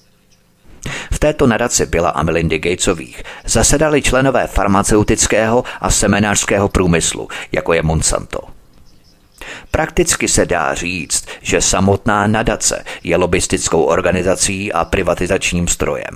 V této nadaci Billa a Melindy Gatesových zasedali členové farmaceutického a semenářského průmyslu, jako je Monsanto. Prakticky se dá říct, že samotná nadace je lobistickou organizací a privatizačním strojem.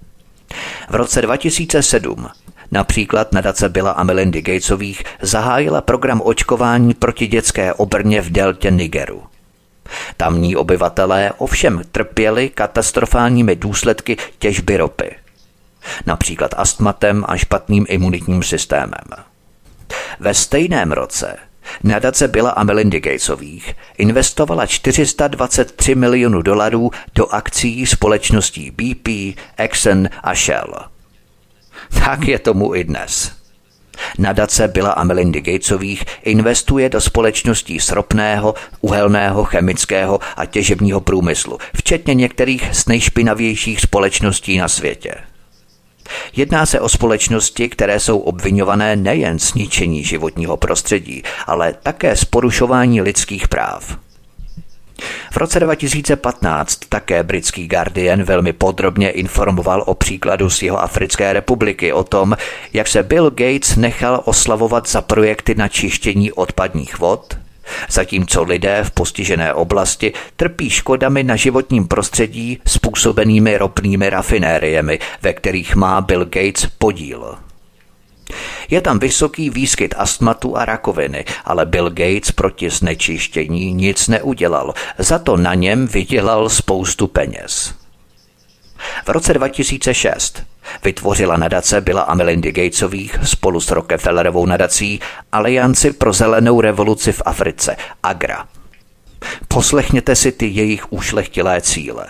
V roce dva tisíce sedm například nadace Billa a Melindy Gatesových zahájila program očkování proti dětské obrně v deltě Nigeru. Tamní obyvatelé ovšem trpěli katastrofálními důsledky těžby ropy, například astmatem a špatným imunitním systémem. Ve stejném roce nadace Billa a Melindy Gatesových investovala čtyři sta dvacet tři milionů dolarů do akcií společností B P, Exxon a Shell. Tak je tomu i dnes. Nadace Billa a Melindy Gatesových investuje do společností z ropného, uhelného, chemického a těžebního průmyslu, včetně některých z nejšpinavějších společností na světě. Jedná se o společnosti, které jsou obviňované nejen z ničení životního prostředí, ale také z porušování lidských práv. V roce dva tisíce patnáct také britský Guardian velmi podrobně informoval o příkladu z Jihoafrické republiky o tom, jak se Bill Gates nechal oslavovat za projekty na čištění odpadních vod, zatímco lidé v postižené oblasti trpí škodami na životním prostředí způsobenými ropnými rafinériemi, ve kterých má Bill Gates podíl. Je tam vysoký výskyt astmatu a rakoviny, ale Bill Gates proti znečištění nic neudělal, za to na něm vydělal spoustu peněz. V roce dva tisíce šest vytvořila nadace Billa a Melindy Gatesových spolu s Rockefellerovou nadací Alianci pro zelenou revoluci v Africe, AGRA. Poslechněte si ty jejich ušlechtilé cíle.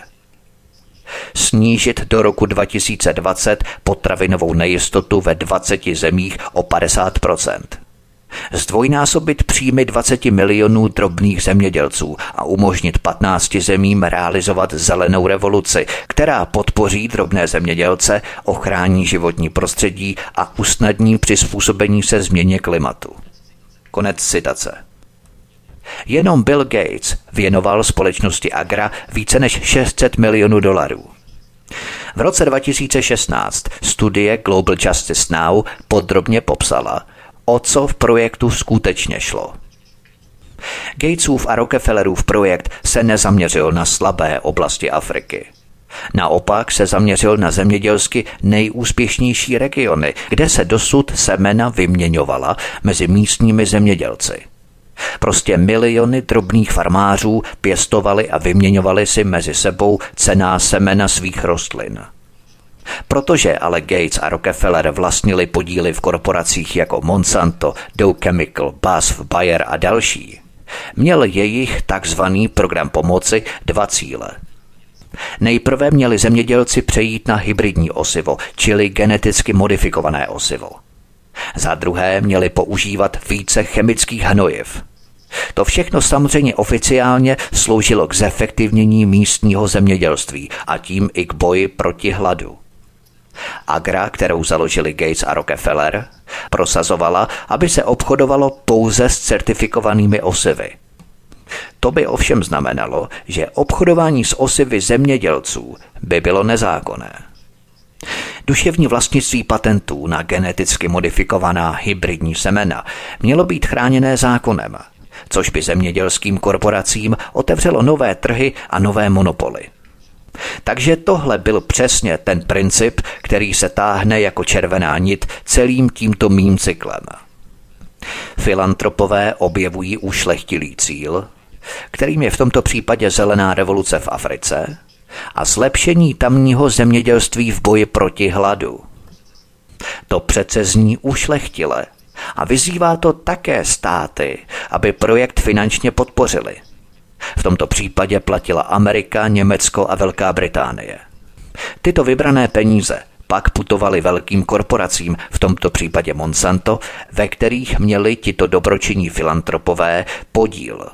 Snížit do roku dva tisíce dvacet potravinovou nejistotu ve dvaceti zemích o padesát procent. zdvojnásobit příjmy dvacet milionů drobných zemědělců a umožnit patnácti zemím realizovat zelenou revoluci, která podpoří drobné zemědělce, ochrání životní prostředí a usnadní přizpůsobení se změně klimatu. Konec citace. Jenom Bill Gates věnoval společnosti Agra více než šest set milionů dolarů. V roce dva tisíce šestnáct studie Global Justice Now podrobně popsala, o co v projektu skutečně šlo. Gatesův a Rockefellerův projekt se nezaměřil na slabé oblasti Afriky. Naopak se zaměřil na zemědělsky nejúspěšnější regiony, kde se dosud semena vyměňovala mezi místními zemědělci. Prostě miliony drobných farmářů pěstovali a vyměňovali si mezi sebou cenná semena svých rostlin. Protože ale Gates a Rockefeller vlastnili podíly v korporacích jako Monsanto, Dow Chemical, B A S F, Bayer a další, měl jejich takzvaný program pomoci dva cíle. Nejprve měli zemědělci přejít na hybridní osivo, čili geneticky modifikované osivo. Za druhé měli používat více chemických hnojiv. To všechno samozřejmě oficiálně sloužilo k zefektivnění místního zemědělství a tím i k boji proti hladu. Agra, kterou založili Gates a Rockefeller, prosazovala, aby se obchodovalo pouze s certifikovanými osivy. To by ovšem znamenalo, že obchodování s osivy zemědělců by bylo nezákonné. Duševní vlastnictví patentů na geneticky modifikovaná hybridní semena mělo být chráněné zákonem, což by zemědělským korporacím otevřelo nové trhy a nové monopoly. Takže tohle byl přesně ten princip, který se táhne jako červená nit celým tímto mým cyklem. Filantropové objevují ušlechtilý cíl, kterým je v tomto případě zelená revoluce v Africe a zlepšení tamního zemědělství v boji proti hladu. To přece zní ušlechtile a vyzývá to také státy, aby projekt finančně podpořili. V tomto případě platila Amerika, Německo a Velká Británie. Tyto vybrané peníze pak putovaly velkým korporacím, v tomto případě Monsanto, ve kterých měli tito dobročinní filantropové podíl.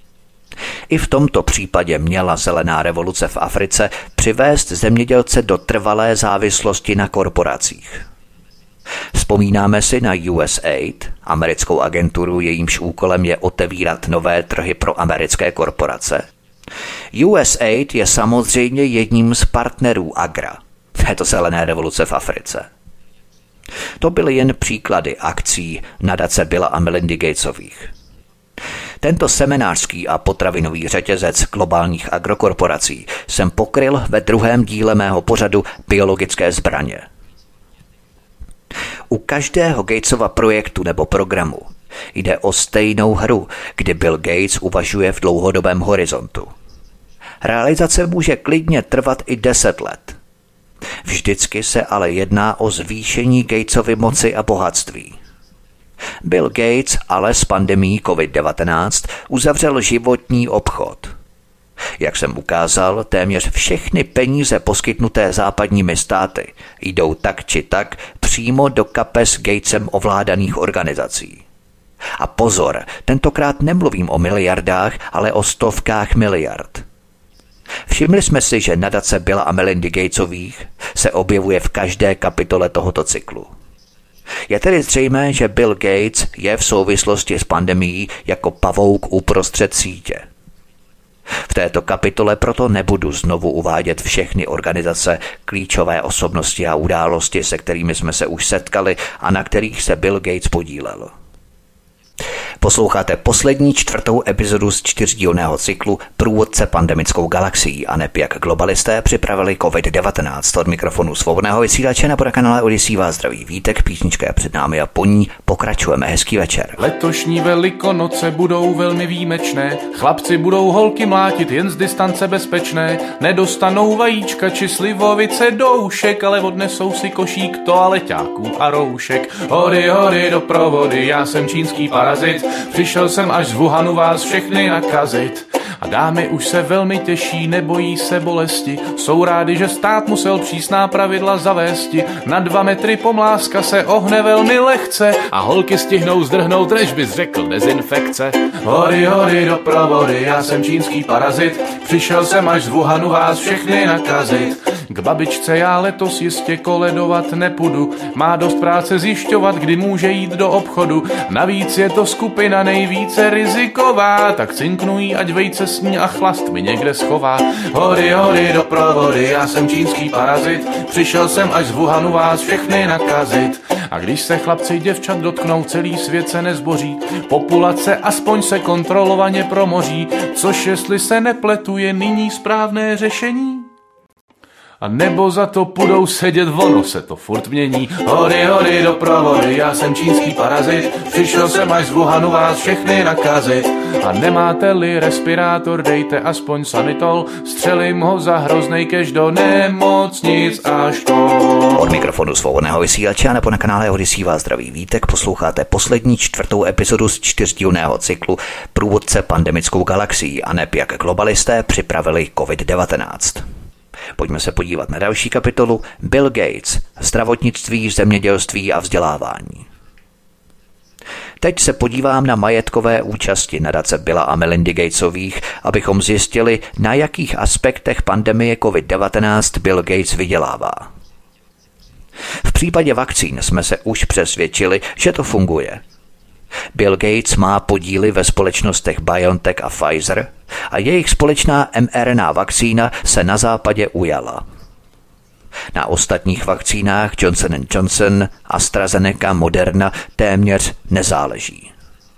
I v tomto případě měla zelená revoluce v Africe přivést zemědělce do trvalé závislosti na korporacích. Vzpomínáme si na U S A I D, americkou agenturu, jejímž úkolem je otevírat nové trhy pro americké korporace. U S A I D je samozřejmě jedním z partnerů Agra, této zelené revoluce v Africe. To byly jen příklady akcí nadace Billa a Melindy Gatesových. Tento seminářský a potravinový řetězec globálních agrokorporací jsem pokryl ve druhém díle mého pořadu Biologické zbraně. U každého Gatesova projektu nebo programu jde o stejnou hru, kdy Bill Gates uvažuje v dlouhodobém horizontu. Realizace může klidně trvat i deset let. Vždycky se ale jedná o zvýšení Gatesovy moci a bohatství. Bill Gates ale s pandemií covid devatenáct uzavřel životní obchod. Jak jsem ukázal, téměř všechny peníze poskytnuté západními státy jdou tak či tak přímo do kapes Gatesem ovládaných organizací. A pozor, tentokrát nemluvím o miliardách, ale o stovkách miliard. Všimli jsme si, že nadace Billa a Melindy Gatesových se objevuje v každé kapitole tohoto cyklu. Je tedy zřejmé, že Bill Gates je v souvislosti s pandemií jako pavouk uprostřed sítě. V této kapitole proto nebudu znovu uvádět všechny organizace, klíčové osobnosti a události, se kterými jsme se už setkali a na kterých se Bill Gates podílel. Posloucháte poslední čtvrtou epizodu z čtyřdílného cyklu Průvodce pandemickou galaxií a neb jak globalisté připravili covid devatenáct. Od mikrofonu svobodného vysílače na kanále Odyssey vás zdraví Vítek, písnička je před námi a po ní pokračujeme. Hezký večer. Letošní Velikonoce budou velmi výjimečné, chlapci budou holky mlátit jen z distance bezpečné, nedostanou vajíčka či slivovice doušek, ale odnesou si košík toaleťáků a roušek. Hory, hory do provody, já jsem čínský parazit, přišel jsem až z Wuhanu vás všechny nakazit. A dámy už se velmi těší, nebojí se bolesti. Jsou rádi, že stát musel přísná pravidla zavésti. Na dva metry pomláska se ohne velmi lehce a holky stihnou zdrhnout, než bys řekl dezinfekce. Hory, hory, do provody, já jsem čínský parazit. Přišel jsem až z Wuhanu vás všechny nakazit. K babičce já letos jistě koledovat nepůjdu. Má dost práce zjišťovat, kdy může jít do obchodu. Navíc je to skupina nejvíce riziková, tak cinknují, ať vejce sní a chlast mi někde schová. Hory, hory, do provody, já jsem čínský parazit. Přišel jsem až z Wuhanu vás všechny nakazit. A když se chlapci děvčat dotknou, celý svět se nezboří. Populace aspoň se kontrolovaně promoří, což jestli se nepletu je nyní správné řešení. A nebo za to půjdou sedět, ono se to furt mění. Hory, hory, do provody, já jsem čínský parazit. Přišel jsem až z Wuhanu vás všechny nakazit. A nemáte-li respirátor, dejte aspoň sanitol. Střelím ho za hroznej kež do nemocnic až to. Od mikrofonu Svobodného vysílače a nebo na kanále Odyssey vás zdraví Vítek. Posloucháte poslední čtvrtou epizodu z čtyřdílného cyklu Průvodce pandemickou galaxií a neb jak globalisté připravili covid devatenáct. Pojďme se podívat na další kapitolu Bill Gates, zdravotnictví, zemědělství a vzdělávání. Teď se podívám na majetkové účasti nadace Billa a Melindy Gatesových, abychom zjistili, na jakých aspektech pandemie covid devatenáct Bill Gates vydělává. V případě vakcín jsme se už přesvědčili, že to funguje. Bill Gates má podíly ve společnostech BioNTech a Pfizer a jejich společná mRNA vakcína se na západě ujala. Na ostatních vakcínách Johnson and Johnson, AstraZeneca, Moderna téměř nezáleží.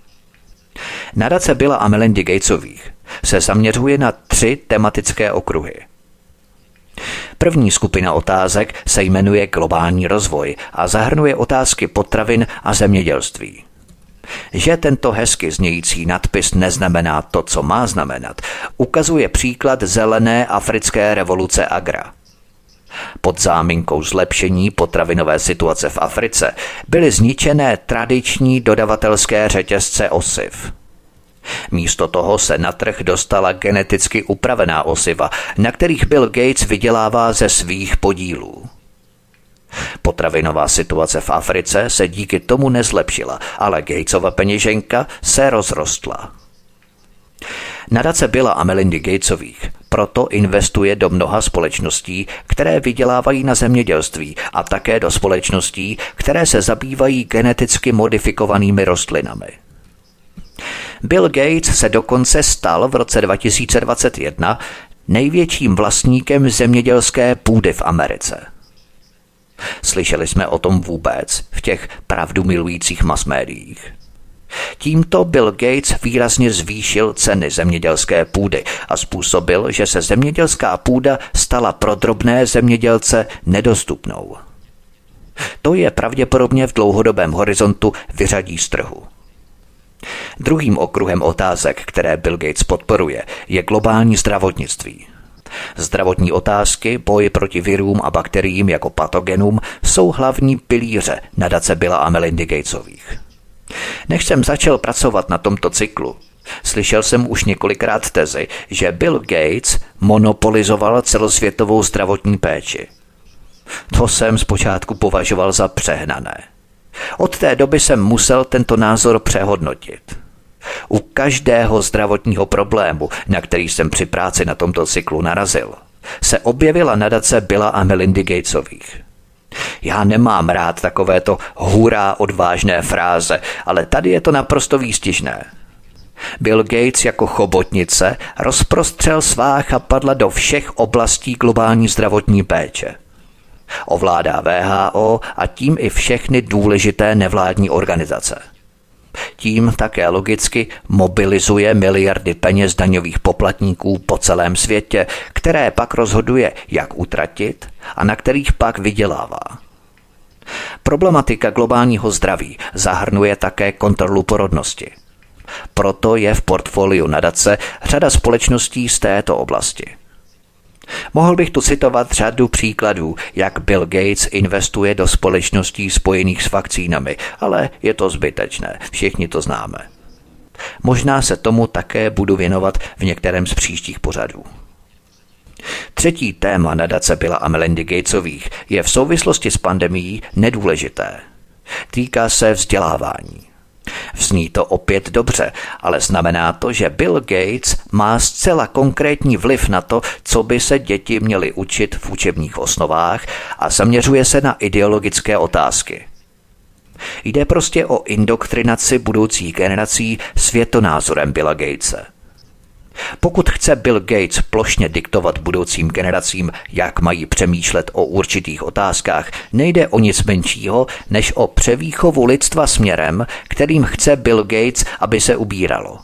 Nadace Billa a Melindy Gatesových se zaměřuje na tři tematické okruhy. První skupina otázek se jmenuje globální rozvoj a zahrnuje otázky potravin a zemědělství. Že tento hezky znějící nadpis neznamená to, co má znamenat, ukazuje příklad zelené africké revoluce Agra. Pod záminkou zlepšení potravinové situace v Africe byly zničené tradiční dodavatelské řetězce osiv. Místo toho se na trh dostala geneticky upravená osiva, na kterých Bill Gates vydělává ze svých podílů. Potravinová situace v Africe se díky tomu nezlepšila, ale Gatesova peněženka se rozrostla. Nadace Billa a Melindy Gatesových proto investuje do mnoha společností, které vydělávají na zemědělství a také do společností, které se zabývají geneticky modifikovanými rostlinami. Bill Gates se dokonce stal v roce dva tisíce dvacet jedna největším vlastníkem zemědělské půdy v Americe. Slyšeli jsme o tom vůbec v těch pravdu milujících masmédiích. Tímto Bill Gates výrazně zvýšil ceny zemědělské půdy a způsobil, že se zemědělská půda stala pro drobné zemědělce nedostupnou. To je pravděpodobně v dlouhodobém horizontu vyřadí z trhu. Druhým okruhem otázek, které Bill Gates podporuje, je globální zdravotnictví. Zdravotní otázky, boj proti virům a bakteriím jako patogenům jsou hlavní pilíře nadace Billa a Melindy Gatesových. Než jsem začal pracovat na tomto cyklu, slyšel jsem už několikrát tezi, že Bill Gates monopolizoval celosvětovou zdravotní péči. To jsem zpočátku považoval za přehnané. Od té doby jsem musel tento názor přehodnotit. U každého zdravotního problému, na který jsem při práci na tomto cyklu narazil, se objevila nadace Billa a Melindy Gatesových. Já nemám rád takovéto hurá odvážné fráze, ale tady je to naprosto výstižné. Bill Gates jako chobotnice rozprostřel svá chapadla do všech oblastí globální zdravotní péče. Ovládá W H O a tím i všechny důležité nevládní organizace. Tím také logicky mobilizuje miliardy peněz daňových poplatníků po celém světě, které pak rozhoduje, jak utratit a na kterých pak vydělává. Problematika globálního zdraví zahrnuje také kontrolu porodnosti. Proto je v portfoliu nadace řada společností z této oblasti. Mohl bych tu citovat řadu příkladů, jak Bill Gates investuje do společností spojených s vakcínami, ale je to zbytečné, všichni to známe. Možná se tomu také budu věnovat v některém z příštích pořadů. Třetí téma nadace Billa a Melindy Gatesových je v souvislosti s pandemií nedůležité. Týká se vzdělávání. Zní to opět dobře, ale znamená to, že Bill Gates má zcela konkrétní vliv na to, co by se děti měly učit v učebních osnovách a zaměřuje se na ideologické otázky. Jde prostě o indoktrinaci budoucích generací světonázorem Billa Gatese. Pokud chce Bill Gates plošně diktovat budoucím generacím, jak mají přemýšlet o určitých otázkách, nejde o nic menšího, než o převýchovu lidstva směrem, kterým chce Bill Gates, aby se ubíralo.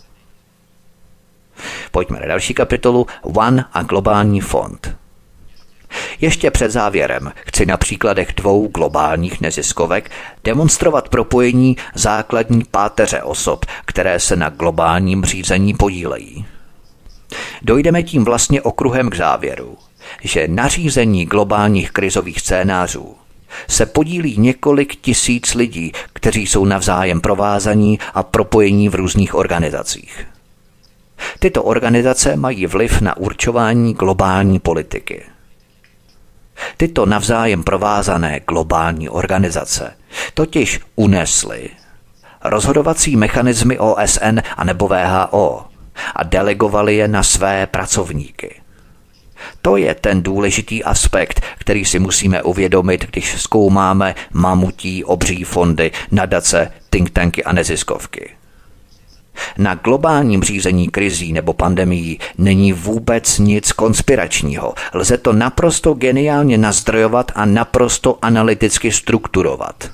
Pojďme na další kapitolu One a globální fond. Ještě před závěrem chci na příkladech dvou globálních neziskovek demonstrovat propojení základní páteře osob, které se na globálním řízení podílejí. Dojdeme tím vlastně okruhem k závěru, že na řízení globálních krizových scénářů se podílí několik tisíc lidí, kteří jsou navzájem provázaní a propojení v různých organizacích. Tyto organizace mají vliv na určování globální politiky. Tyto navzájem provázané globální organizace totiž unesly rozhodovací mechanismy O S N a nebo W H O a delegovali je na své pracovníky. To je ten důležitý aspekt, který si musíme uvědomit, když zkoumáme mamutí obří fondy, nadace, think tanky a neziskovky. Na globálním řízení krizí nebo pandemií není vůbec nic konspiračního. Lze to naprosto geniálně nazdrojovat a naprosto analyticky strukturovat.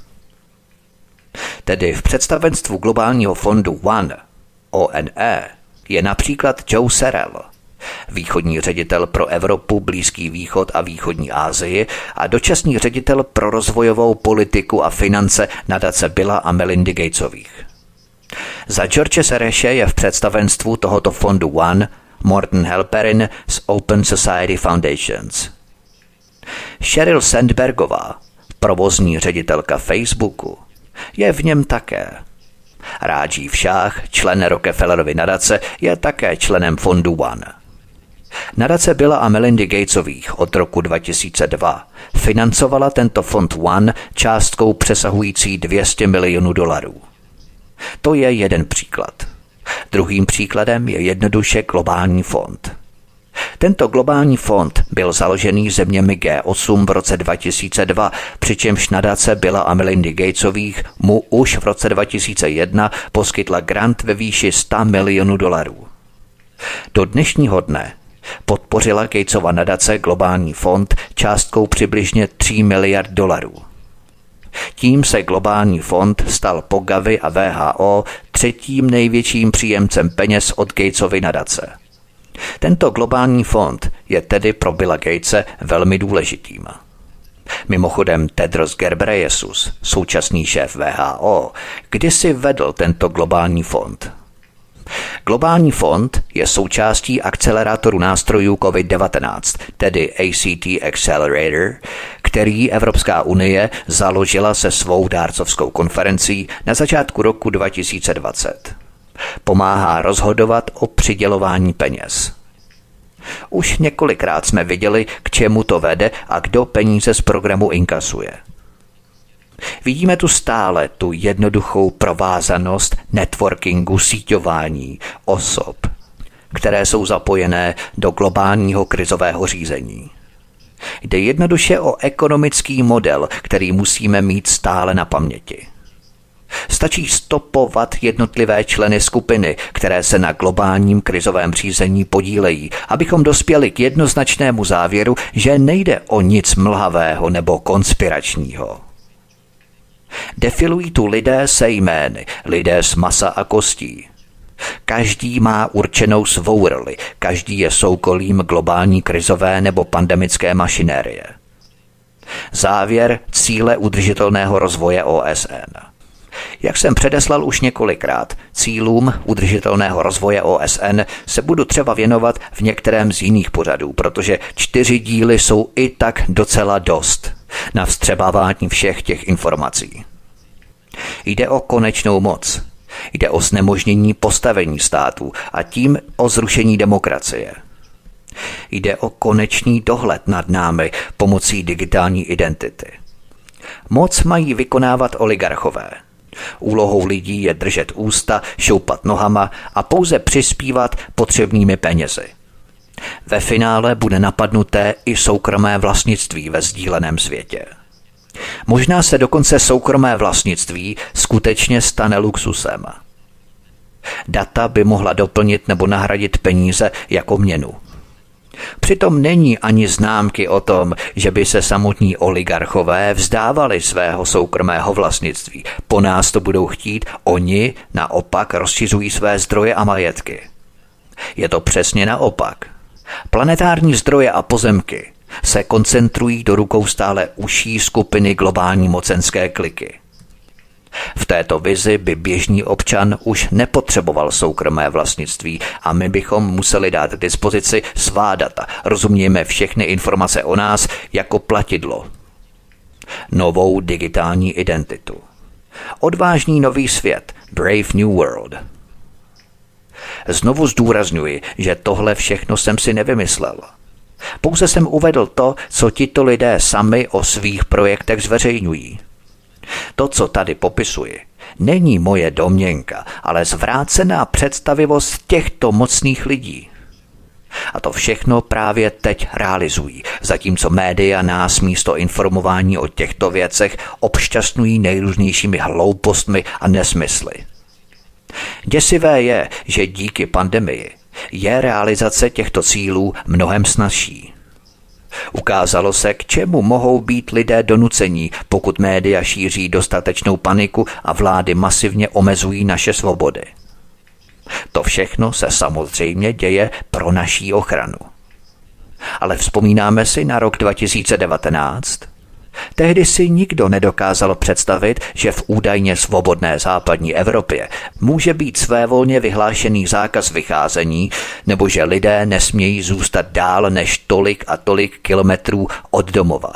Tedy v představenstvu globálního fondu One, O N E, je například Joe Serrell, východní ředitel pro Evropu, Blízký východ a východní Asii a dočasný ředitel pro rozvojovou politiku a finance nadace Billa a Melindy Gatesových. Za George Soreše je v představenstvu tohoto fondu One Morten Helperin z Open Society Foundations. Sheryl Sandbergová, provozní ředitelka Facebooku, je v něm také. Rajiv Shah, člen Rockefellerovy nadace, je také členem fondu One. Nadace Billa a Melindy Gatesových od roku dva tisíce dva financovala tento fond One částkou přesahující dvě stě milionů dolarů. To je jeden příklad. Druhým příkladem je jednoduše globální fond. Tento globální fond byl založený zeměmi G osm v roce dva tisíce dva, přičemž nadace Billa a Melindy Gatesových mu už v roce dva tisíce jedna poskytla grant ve výši sto milionů dolarů. Do dnešního dne podpořila Gatesova nadace globální fond částkou přibližně tři miliard dolarů. Tím se globální fond stal po Gavi a W H O třetím největším příjemcem peněz od Gatesovy nadace. Tento globální fond je tedy pro Billa Gatese velmi důležitým. Mimochodem Tedros Ghebreyesus, současný šéf W H O, kdysi vedl tento globální fond. Globální fond je součástí akcelerátoru nástrojů COVID devatenáct, tedy A C T Accelerator, který Evropská unie založila se svou dárcovskou konferencí na začátku roku dva tisíce dvacet. Pomáhá rozhodovat o přidělování peněz. Už několikrát jsme viděli, k čemu to vede a kdo peníze z programu inkasuje. Vidíme tu stále tu jednoduchou provázanost networkingu, síťování osob, které jsou zapojené do globálního krizového řízení. Jde jednoduše o ekonomický model, který musíme mít stále na paměti. Stačí stopovat jednotlivé členy skupiny, které se na globálním krizovém řízení podílejí, abychom dospěli k jednoznačnému závěru, že nejde o nic mlhavého nebo konspiračního. Defilují tu lidé se jmény, lidé z masa a kostí. Každý má určenou svou roli, každý je soukolím globální krizové nebo pandemické mašinérie. Závěr cíle udržitelného rozvoje O S N. Jak jsem předeslal už několikrát, cílům udržitelného rozvoje O S N se budu třeba věnovat v některém z jiných pořadů, protože čtyři díly jsou i tak docela dost na vstřebávání všech těch informací. Jde o konečnou moc, Jde o znemožnění postavení států a tím o zrušení demokracie. Jde o konečný dohled nad námi pomocí digitální identity. Moc mají vykonávat oligarchové. Úlohou lidí je držet ústa, šoupat nohama a pouze přispívat potřebnými penězi. Ve finále bude napadnuté i soukromé vlastnictví ve sdíleném světě. Možná se dokonce soukromé vlastnictví skutečně stane luxusem. Data by mohla doplnit nebo nahradit peníze jako měnu. Přitom není ani známky o tom, že by se samotní oligarchové vzdávali svého soukromého vlastnictví. Po nás to budou chtít, oni naopak rozšiřují své zdroje a majetky. Je to přesně naopak. Planetární zdroje a pozemky se koncentrují do rukou stále užší skupiny globální mocenské kliky. V této vizi by běžný občan už nepotřeboval soukromé vlastnictví a my bychom museli dát k dispozici svá data. Rozumějme všechny informace o nás jako platidlo. Novou digitální identitu. Odvážný nový svět. Brave New World. Znovu zdůrazňuji, že tohle všechno jsem si nevymyslel. Pouze jsem uvedl to, co tito lidé sami o svých projektech zveřejňují. To, co tady popisuji, není moje domněnka, ale zvrácená představivost těchto mocných lidí. A to všechno právě teď realizují, zatímco média nás místo informování o těchto věcech obšťastňují nejrůznějšími hloupostmi a nesmysly. Děsivé je, že díky pandemii je realizace těchto cílů mnohem snazší. Ukázalo se, k čemu mohou být lidé donucení, pokud média šíří dostatečnou paniku a vlády masivně omezují naše svobody. To všechno se samozřejmě děje pro naší ochranu. Ale vzpomínáme si na rok dva tisíce devatenáct? Tehdy si nikdo nedokázal představit, že v údajně svobodné západní Evropě může být svévolně vyhlášený zákaz vycházení, nebo že lidé nesmějí zůstat dál než tolik a tolik kilometrů od domova.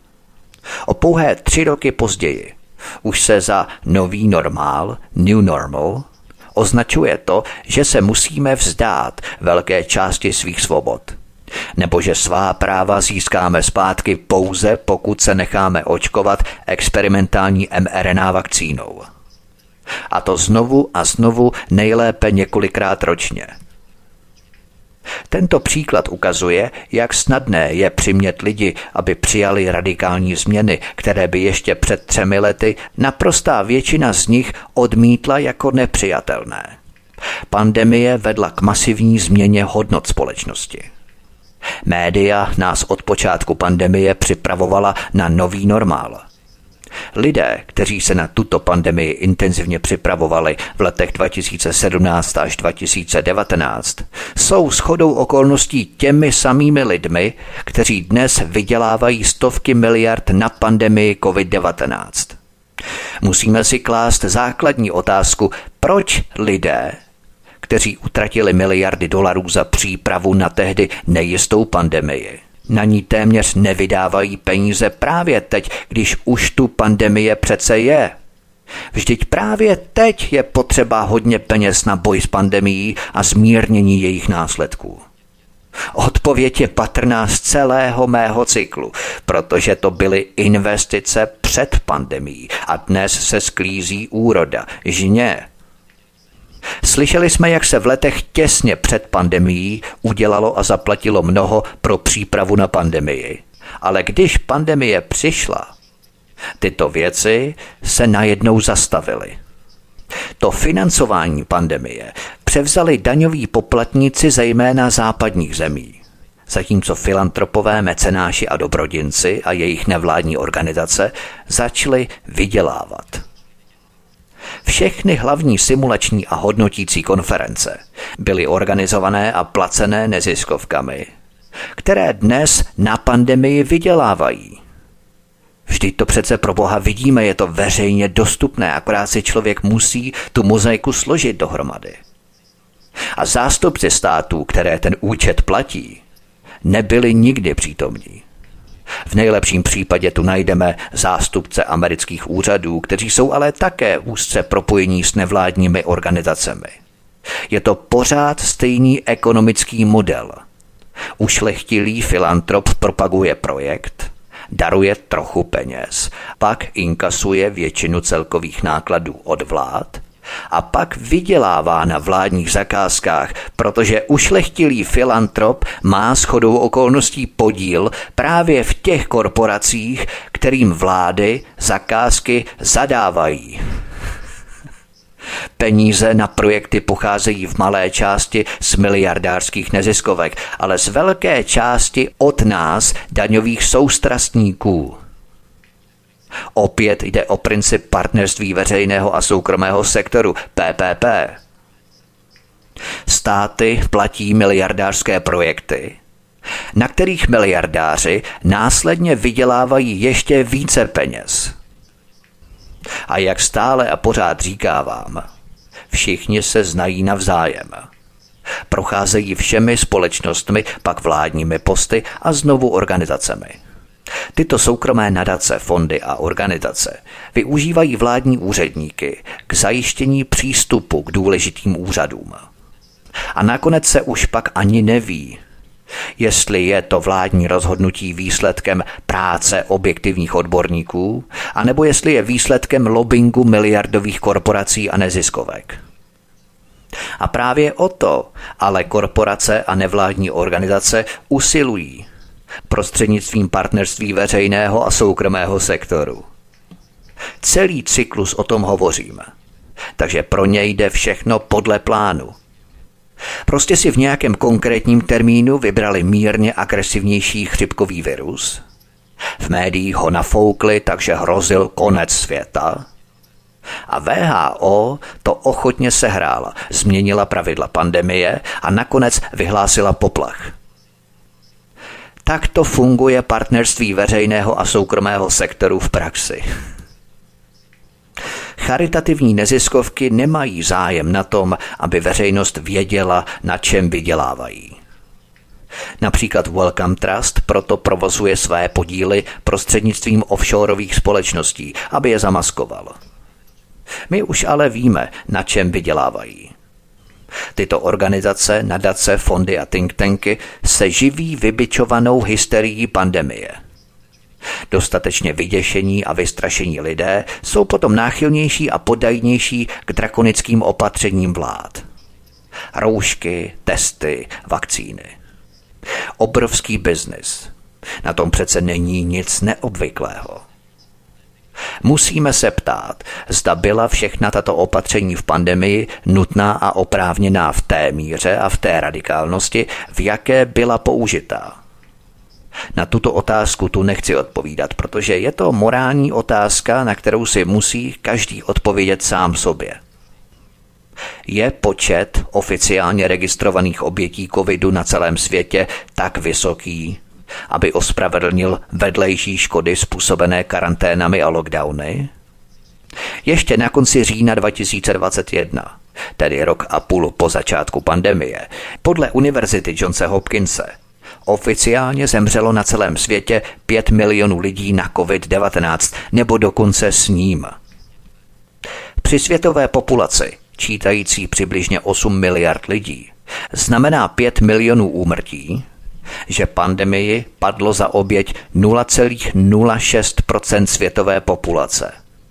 O pouhé tři roky později už se za nový normál, new normal, označuje to, že se musíme vzdát velké části svých svobod. Nebo že svá práva získáme zpátky pouze, pokud se necháme očkovat experimentální em er en á vakcínou. A to znovu a znovu nejlépe několikrát ročně. Tento příklad ukazuje, jak snadné je přimět lidi, aby přijali radikální změny, které by ještě před třemi lety naprostá většina z nich odmítla jako nepřijatelné. Pandemie vedla k masivní změně hodnot společnosti. Média nás od počátku pandemie připravovala na nový normál. Lidé, kteří se na tuto pandemii intenzivně připravovali v letech dva tisíce sedmnáct až dva tisíce devatenáct, jsou shodou okolností těmi samými lidmi, kteří dnes vydělávají stovky miliard na pandemii covid devatenáct. Musíme si klást základní otázku, proč lidé, kteří utratili miliardy dolarů za přípravu na tehdy nejistou pandemii, na ní téměř nevydávají peníze právě teď, když už tu pandemie přece je. Vždyť právě teď je potřeba hodně peněz na boj s pandemií a zmírnění jejich následků. Odpověď je patrná z celého mého cyklu, protože to byly investice před pandemií a dnes se sklízí úroda, žně. Slyšeli jsme, jak se v letech těsně před pandemií udělalo a zaplatilo mnoho pro přípravu na pandemii. Ale když pandemie přišla, tyto věci se najednou zastavily. To financování pandemie převzali daňoví poplatníci zejména západních zemí, zatímco filantropové, mecenáši a dobrodinci a jejich nevládní organizace začaly vydělávat. Všechny hlavní simulační a hodnotící konference byly organizované a placené neziskovkami, které dnes na pandemii vydělávají. Vždyť to přece pro Boha vidíme, je to veřejně dostupné, akorát si člověk musí tu mozaiku složit dohromady. A zástupci států, které ten účet platí, nebyli nikdy přítomní. V nejlepším případě tu najdeme zástupce amerických úřadů, kteří jsou ale také úzce propojení s nevládními organizacemi. Je to pořád stejný ekonomický model. Ušlechtilý filantrop propaguje projekt, daruje trochu peněz, pak inkasuje většinu celkových nákladů od vlád a pak vydělává na vládních zakázkách, protože ušlechtilý filantrop má shodou okolností podíl právě v těch korporacích, kterým vlády zakázky zadávají. Peníze na projekty pocházejí v malé části z miliardářských neziskovek, ale z velké části od nás, daňových soustrastníků. Opět jde o princip partnerství veřejného a soukromého sektoru, P P P. Státy platí miliardářské projekty, na kterých miliardáři následně vydělávají ještě více peněz. A jak stále a pořád říkávám, všichni se znají navzájem. Procházejí všemi společnostmi, pak vládními posty a znovu organizacemi. Tyto soukromé nadace, fondy a organizace využívají vládní úředníky k zajištění přístupu k důležitým úřadům. A nakonec se už pak ani neví, jestli je to vládní rozhodnutí výsledkem práce objektivních odborníků, anebo jestli je výsledkem lobbingu miliardových korporací a neziskovek. A právě o to ale korporace a nevládní organizace usilují prostřednictvím partnerství veřejného a soukromého sektoru. Celý cyklus o tom hovoříme, takže pro něj jde všechno podle plánu. Prostě si v nějakém konkrétním termínu vybrali mírně agresivnější chřipkový virus. V médiích ho nafoukli, takže hrozil konec světa. A W H O to ochotně sehrála, změnila pravidla pandemie a nakonec vyhlásila poplach. Takto funguje partnerství veřejného a soukromého sektoru v praxi. Charitativní neziskovky nemají zájem na tom, aby veřejnost věděla, na čem vydělávají. Například Wellcome Trust proto provozuje své podíly prostřednictvím offshoreových společností, aby je zamaskoval. My už ale víme, na čem vydělávají. Tyto organizace, nadace, fondy a think tanky se živí vybičovanou hysterií pandemie. Dostatečně vyděšení a vystrašení lidé jsou potom náchylnější a poddajnější k drakonickým opatřením vlád. Roušky, testy, vakcíny. Obrovský biznis. Na tom přece není nic neobvyklého. Musíme se ptát, zda byla všechna tato opatření v pandemii nutná a oprávněná v té míře a v té radikálnosti, v jaké byla použitá. Na tuto otázku tu nechci odpovídat, protože je to morální otázka, na kterou si musí každý odpovědět sám sobě. Je počet oficiálně registrovaných obětí covidu na celém světě tak vysoký, aby ospravedlnil vedlejší škody způsobené karanténami a lockdowny? Ještě na konci října dva tisíce dvacet jedna, tedy rok a půl po začátku pandemie, podle Univerzity Johnse Hopkinse oficiálně zemřelo na celém světě pět milionů lidí na covid devatenáct nebo dokonce s ním. Při světové populaci, čítající přibližně osm miliard lidí, znamená pět milionů úmrtí, že pandemii padlo za oběť nula celá nula šest procenta světové populace.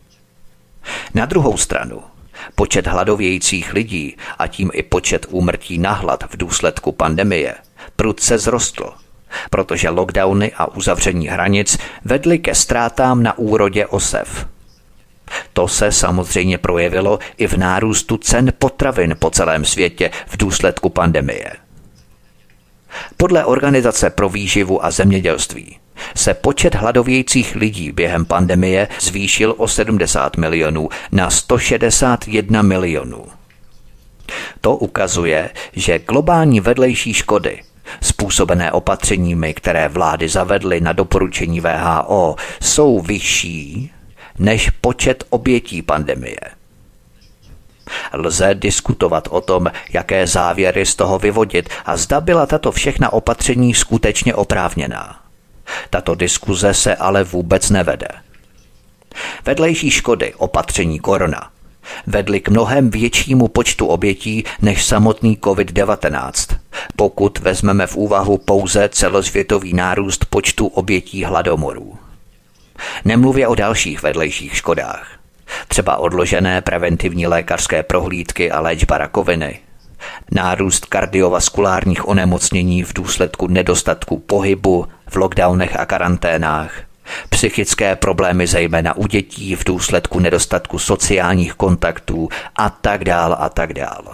Na druhou stranu, počet hladovějících lidí a tím i počet úmrtí na hlad v důsledku pandemie prudce vzrostl, protože lockdowny a uzavření hranic vedly ke ztrátám na úrodě osev. To se samozřejmě projevilo i v nárůstu cen potravin po celém světě v důsledku pandemie. Podle Organizace pro výživu a zemědělství se počet hladovějících lidí během pandemie zvýšil o sedmdesát milionů na sto šedesát jedna milionů. To ukazuje, že globální vedlejší škody způsobené opatřeními, které vlády zavedly na doporučení W H O, jsou vyšší než počet obětí pandemie. Lze diskutovat o tom, jaké závěry z toho vyvodit a zda byla tato všechna opatření skutečně oprávněná. Tato diskuze se ale vůbec nevede. Vedlejší škody opatření korona vedly k mnohem většímu počtu obětí než samotný covid devatenáct, pokud vezmeme v úvahu pouze celosvětový nárůst počtu obětí hladomorů. Nemluvě o dalších vedlejších škodách, třeba odložené preventivní lékařské prohlídky a léčba rakoviny, nárůst kardiovaskulárních onemocnění v důsledku nedostatku pohybu v lockdownech a karanténách, psychické problémy zejména u dětí v důsledku nedostatku sociálních kontaktů a tak dál a tak dál.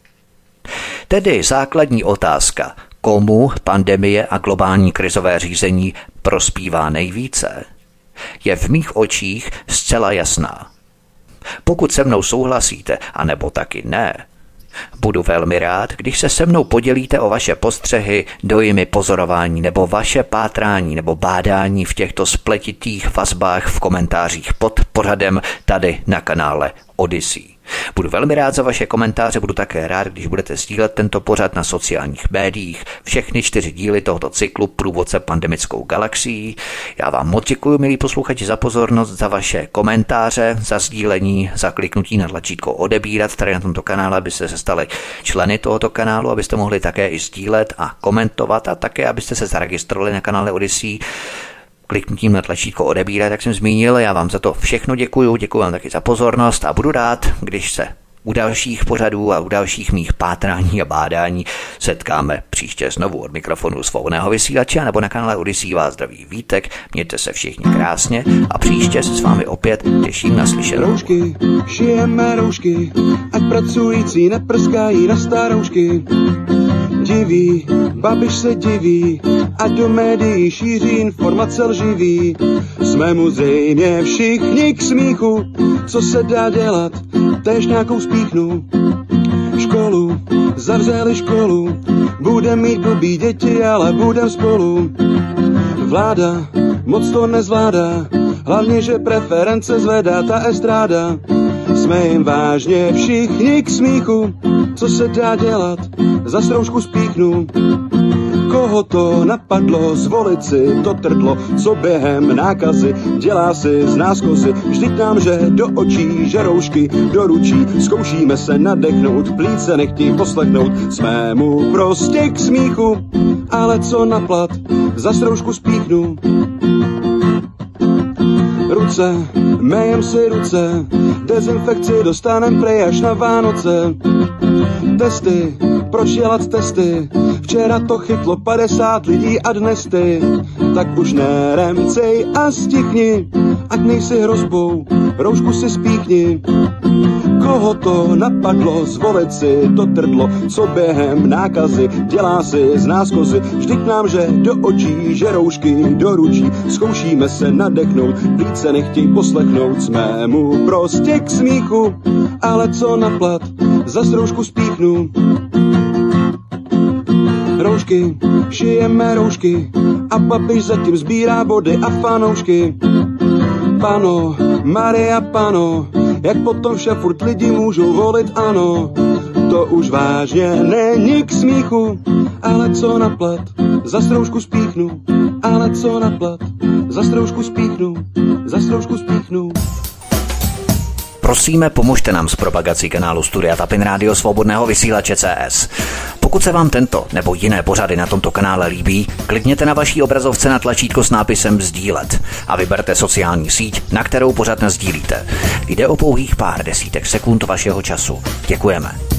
Tedy základní otázka, komu pandemie a globální krizové řízení prospívá nejvíce, je v mých očích zcela jasná. Pokud se mnou souhlasíte, anebo taky ne, budu velmi rád, když se se mnou podělíte o vaše postřehy, dojmy, pozorování nebo vaše pátrání nebo bádání v těchto spletitých vazbách v komentářích pod pořadem tady na kanále Odyssey. Budu velmi rád za vaše komentáře, budu také rád, když budete sdílet tento pořad na sociálních médiích, všechny čtyři díly tohoto cyklu Průvodce pandemickou galaxií. Já vám moc děkuji, milí posluchači, za pozornost, za vaše komentáře, za sdílení, za kliknutí na tlačítko odebírat tady na tomto kanále, abyste se stali členy tohoto kanálu, abyste mohli také i sdílet a komentovat a také, abyste se zaregistrovali na kanále Odyssey kliknutím na tlačítko odebírat, jak jsem zmínil. Já vám za to všechno děkuju, děkuju vám taky za pozornost a budu rád, když se u dalších pořadů a u dalších mých pátrání a bádání setkáme příště znovu od mikrofonu Svobodného vysílače nebo na kanále Odyssey vás zdraví Vítek. Mějte se všichni krásně a příště se s vámi opět těším na slyšenou. Roušky, šijeme roušky, ať pracující neprskají na staroušky. Diví, Babiš se diví a do médií šíří informace lživý. Jsme mu zřejmě všichni k smíchu, co se dá dělat, též nějakou spíchnu. Školu, zavřeli školu, budem mít blbý děti, ale budem spolu. Vláda moc to nezvládá, hlavně, že preference zvedá ta estráda. Jsme jim vážně všichni k smíchu, co se dá dělat, za stroužku spíchnu. Koho to napadlo, zvolit si to trdlo, co během nákazy dělá si z nás kozy. Vždyť nám že do očí, že roušky doručí, zkoušíme se nadechnout, plíce nechtějí poslechnout. Jsme mu prostě k smíchu, ale co na plat, za stroužku spíchnu. Ruce, mejem si ruce, dezinfekci dostanem prej až na Vánoce. Testy, proč dělat testy? Včera to chytlo padesát lidí a dnes ty. Tak už neremcej a stichni, ať nejsi hrozbou, roušku si spíchni. Koho to napadlo, zvolit si to trdlo, co během nákazy dělá si z nás kozy. Vždyť nám že do očí, že roušky doručí, zkoušíme se nadechnout, plíce nechtějí poslechnout. Jsme mu prostě k smíchu, ale co na plat, za roušku spíchnu. Roušky, šijeme roušky a Babiš zatím sbírá body a fanoušky. Pano, Maria Pano, jak potom vše furt lidi můžou volit ano. To už vážně není k smíchu, ale co na plat, za stroužku spíchnu. Ale co na plat, za stroužku spíchnu, za stroužku spíchnu. Prosíme, pomožte nám s propagací kanálu Studia Tapin Rádio Svobodného vysílače C S. Pokud se vám tento nebo jiné pořady na tomto kanále líbí, klikněte na vaší obrazovce na tlačítko s nápisem sdílet a vyberte sociální síť, na kterou pořad nasdílíte. Jde o pouhých pár desítek sekund vašeho času. Děkujeme.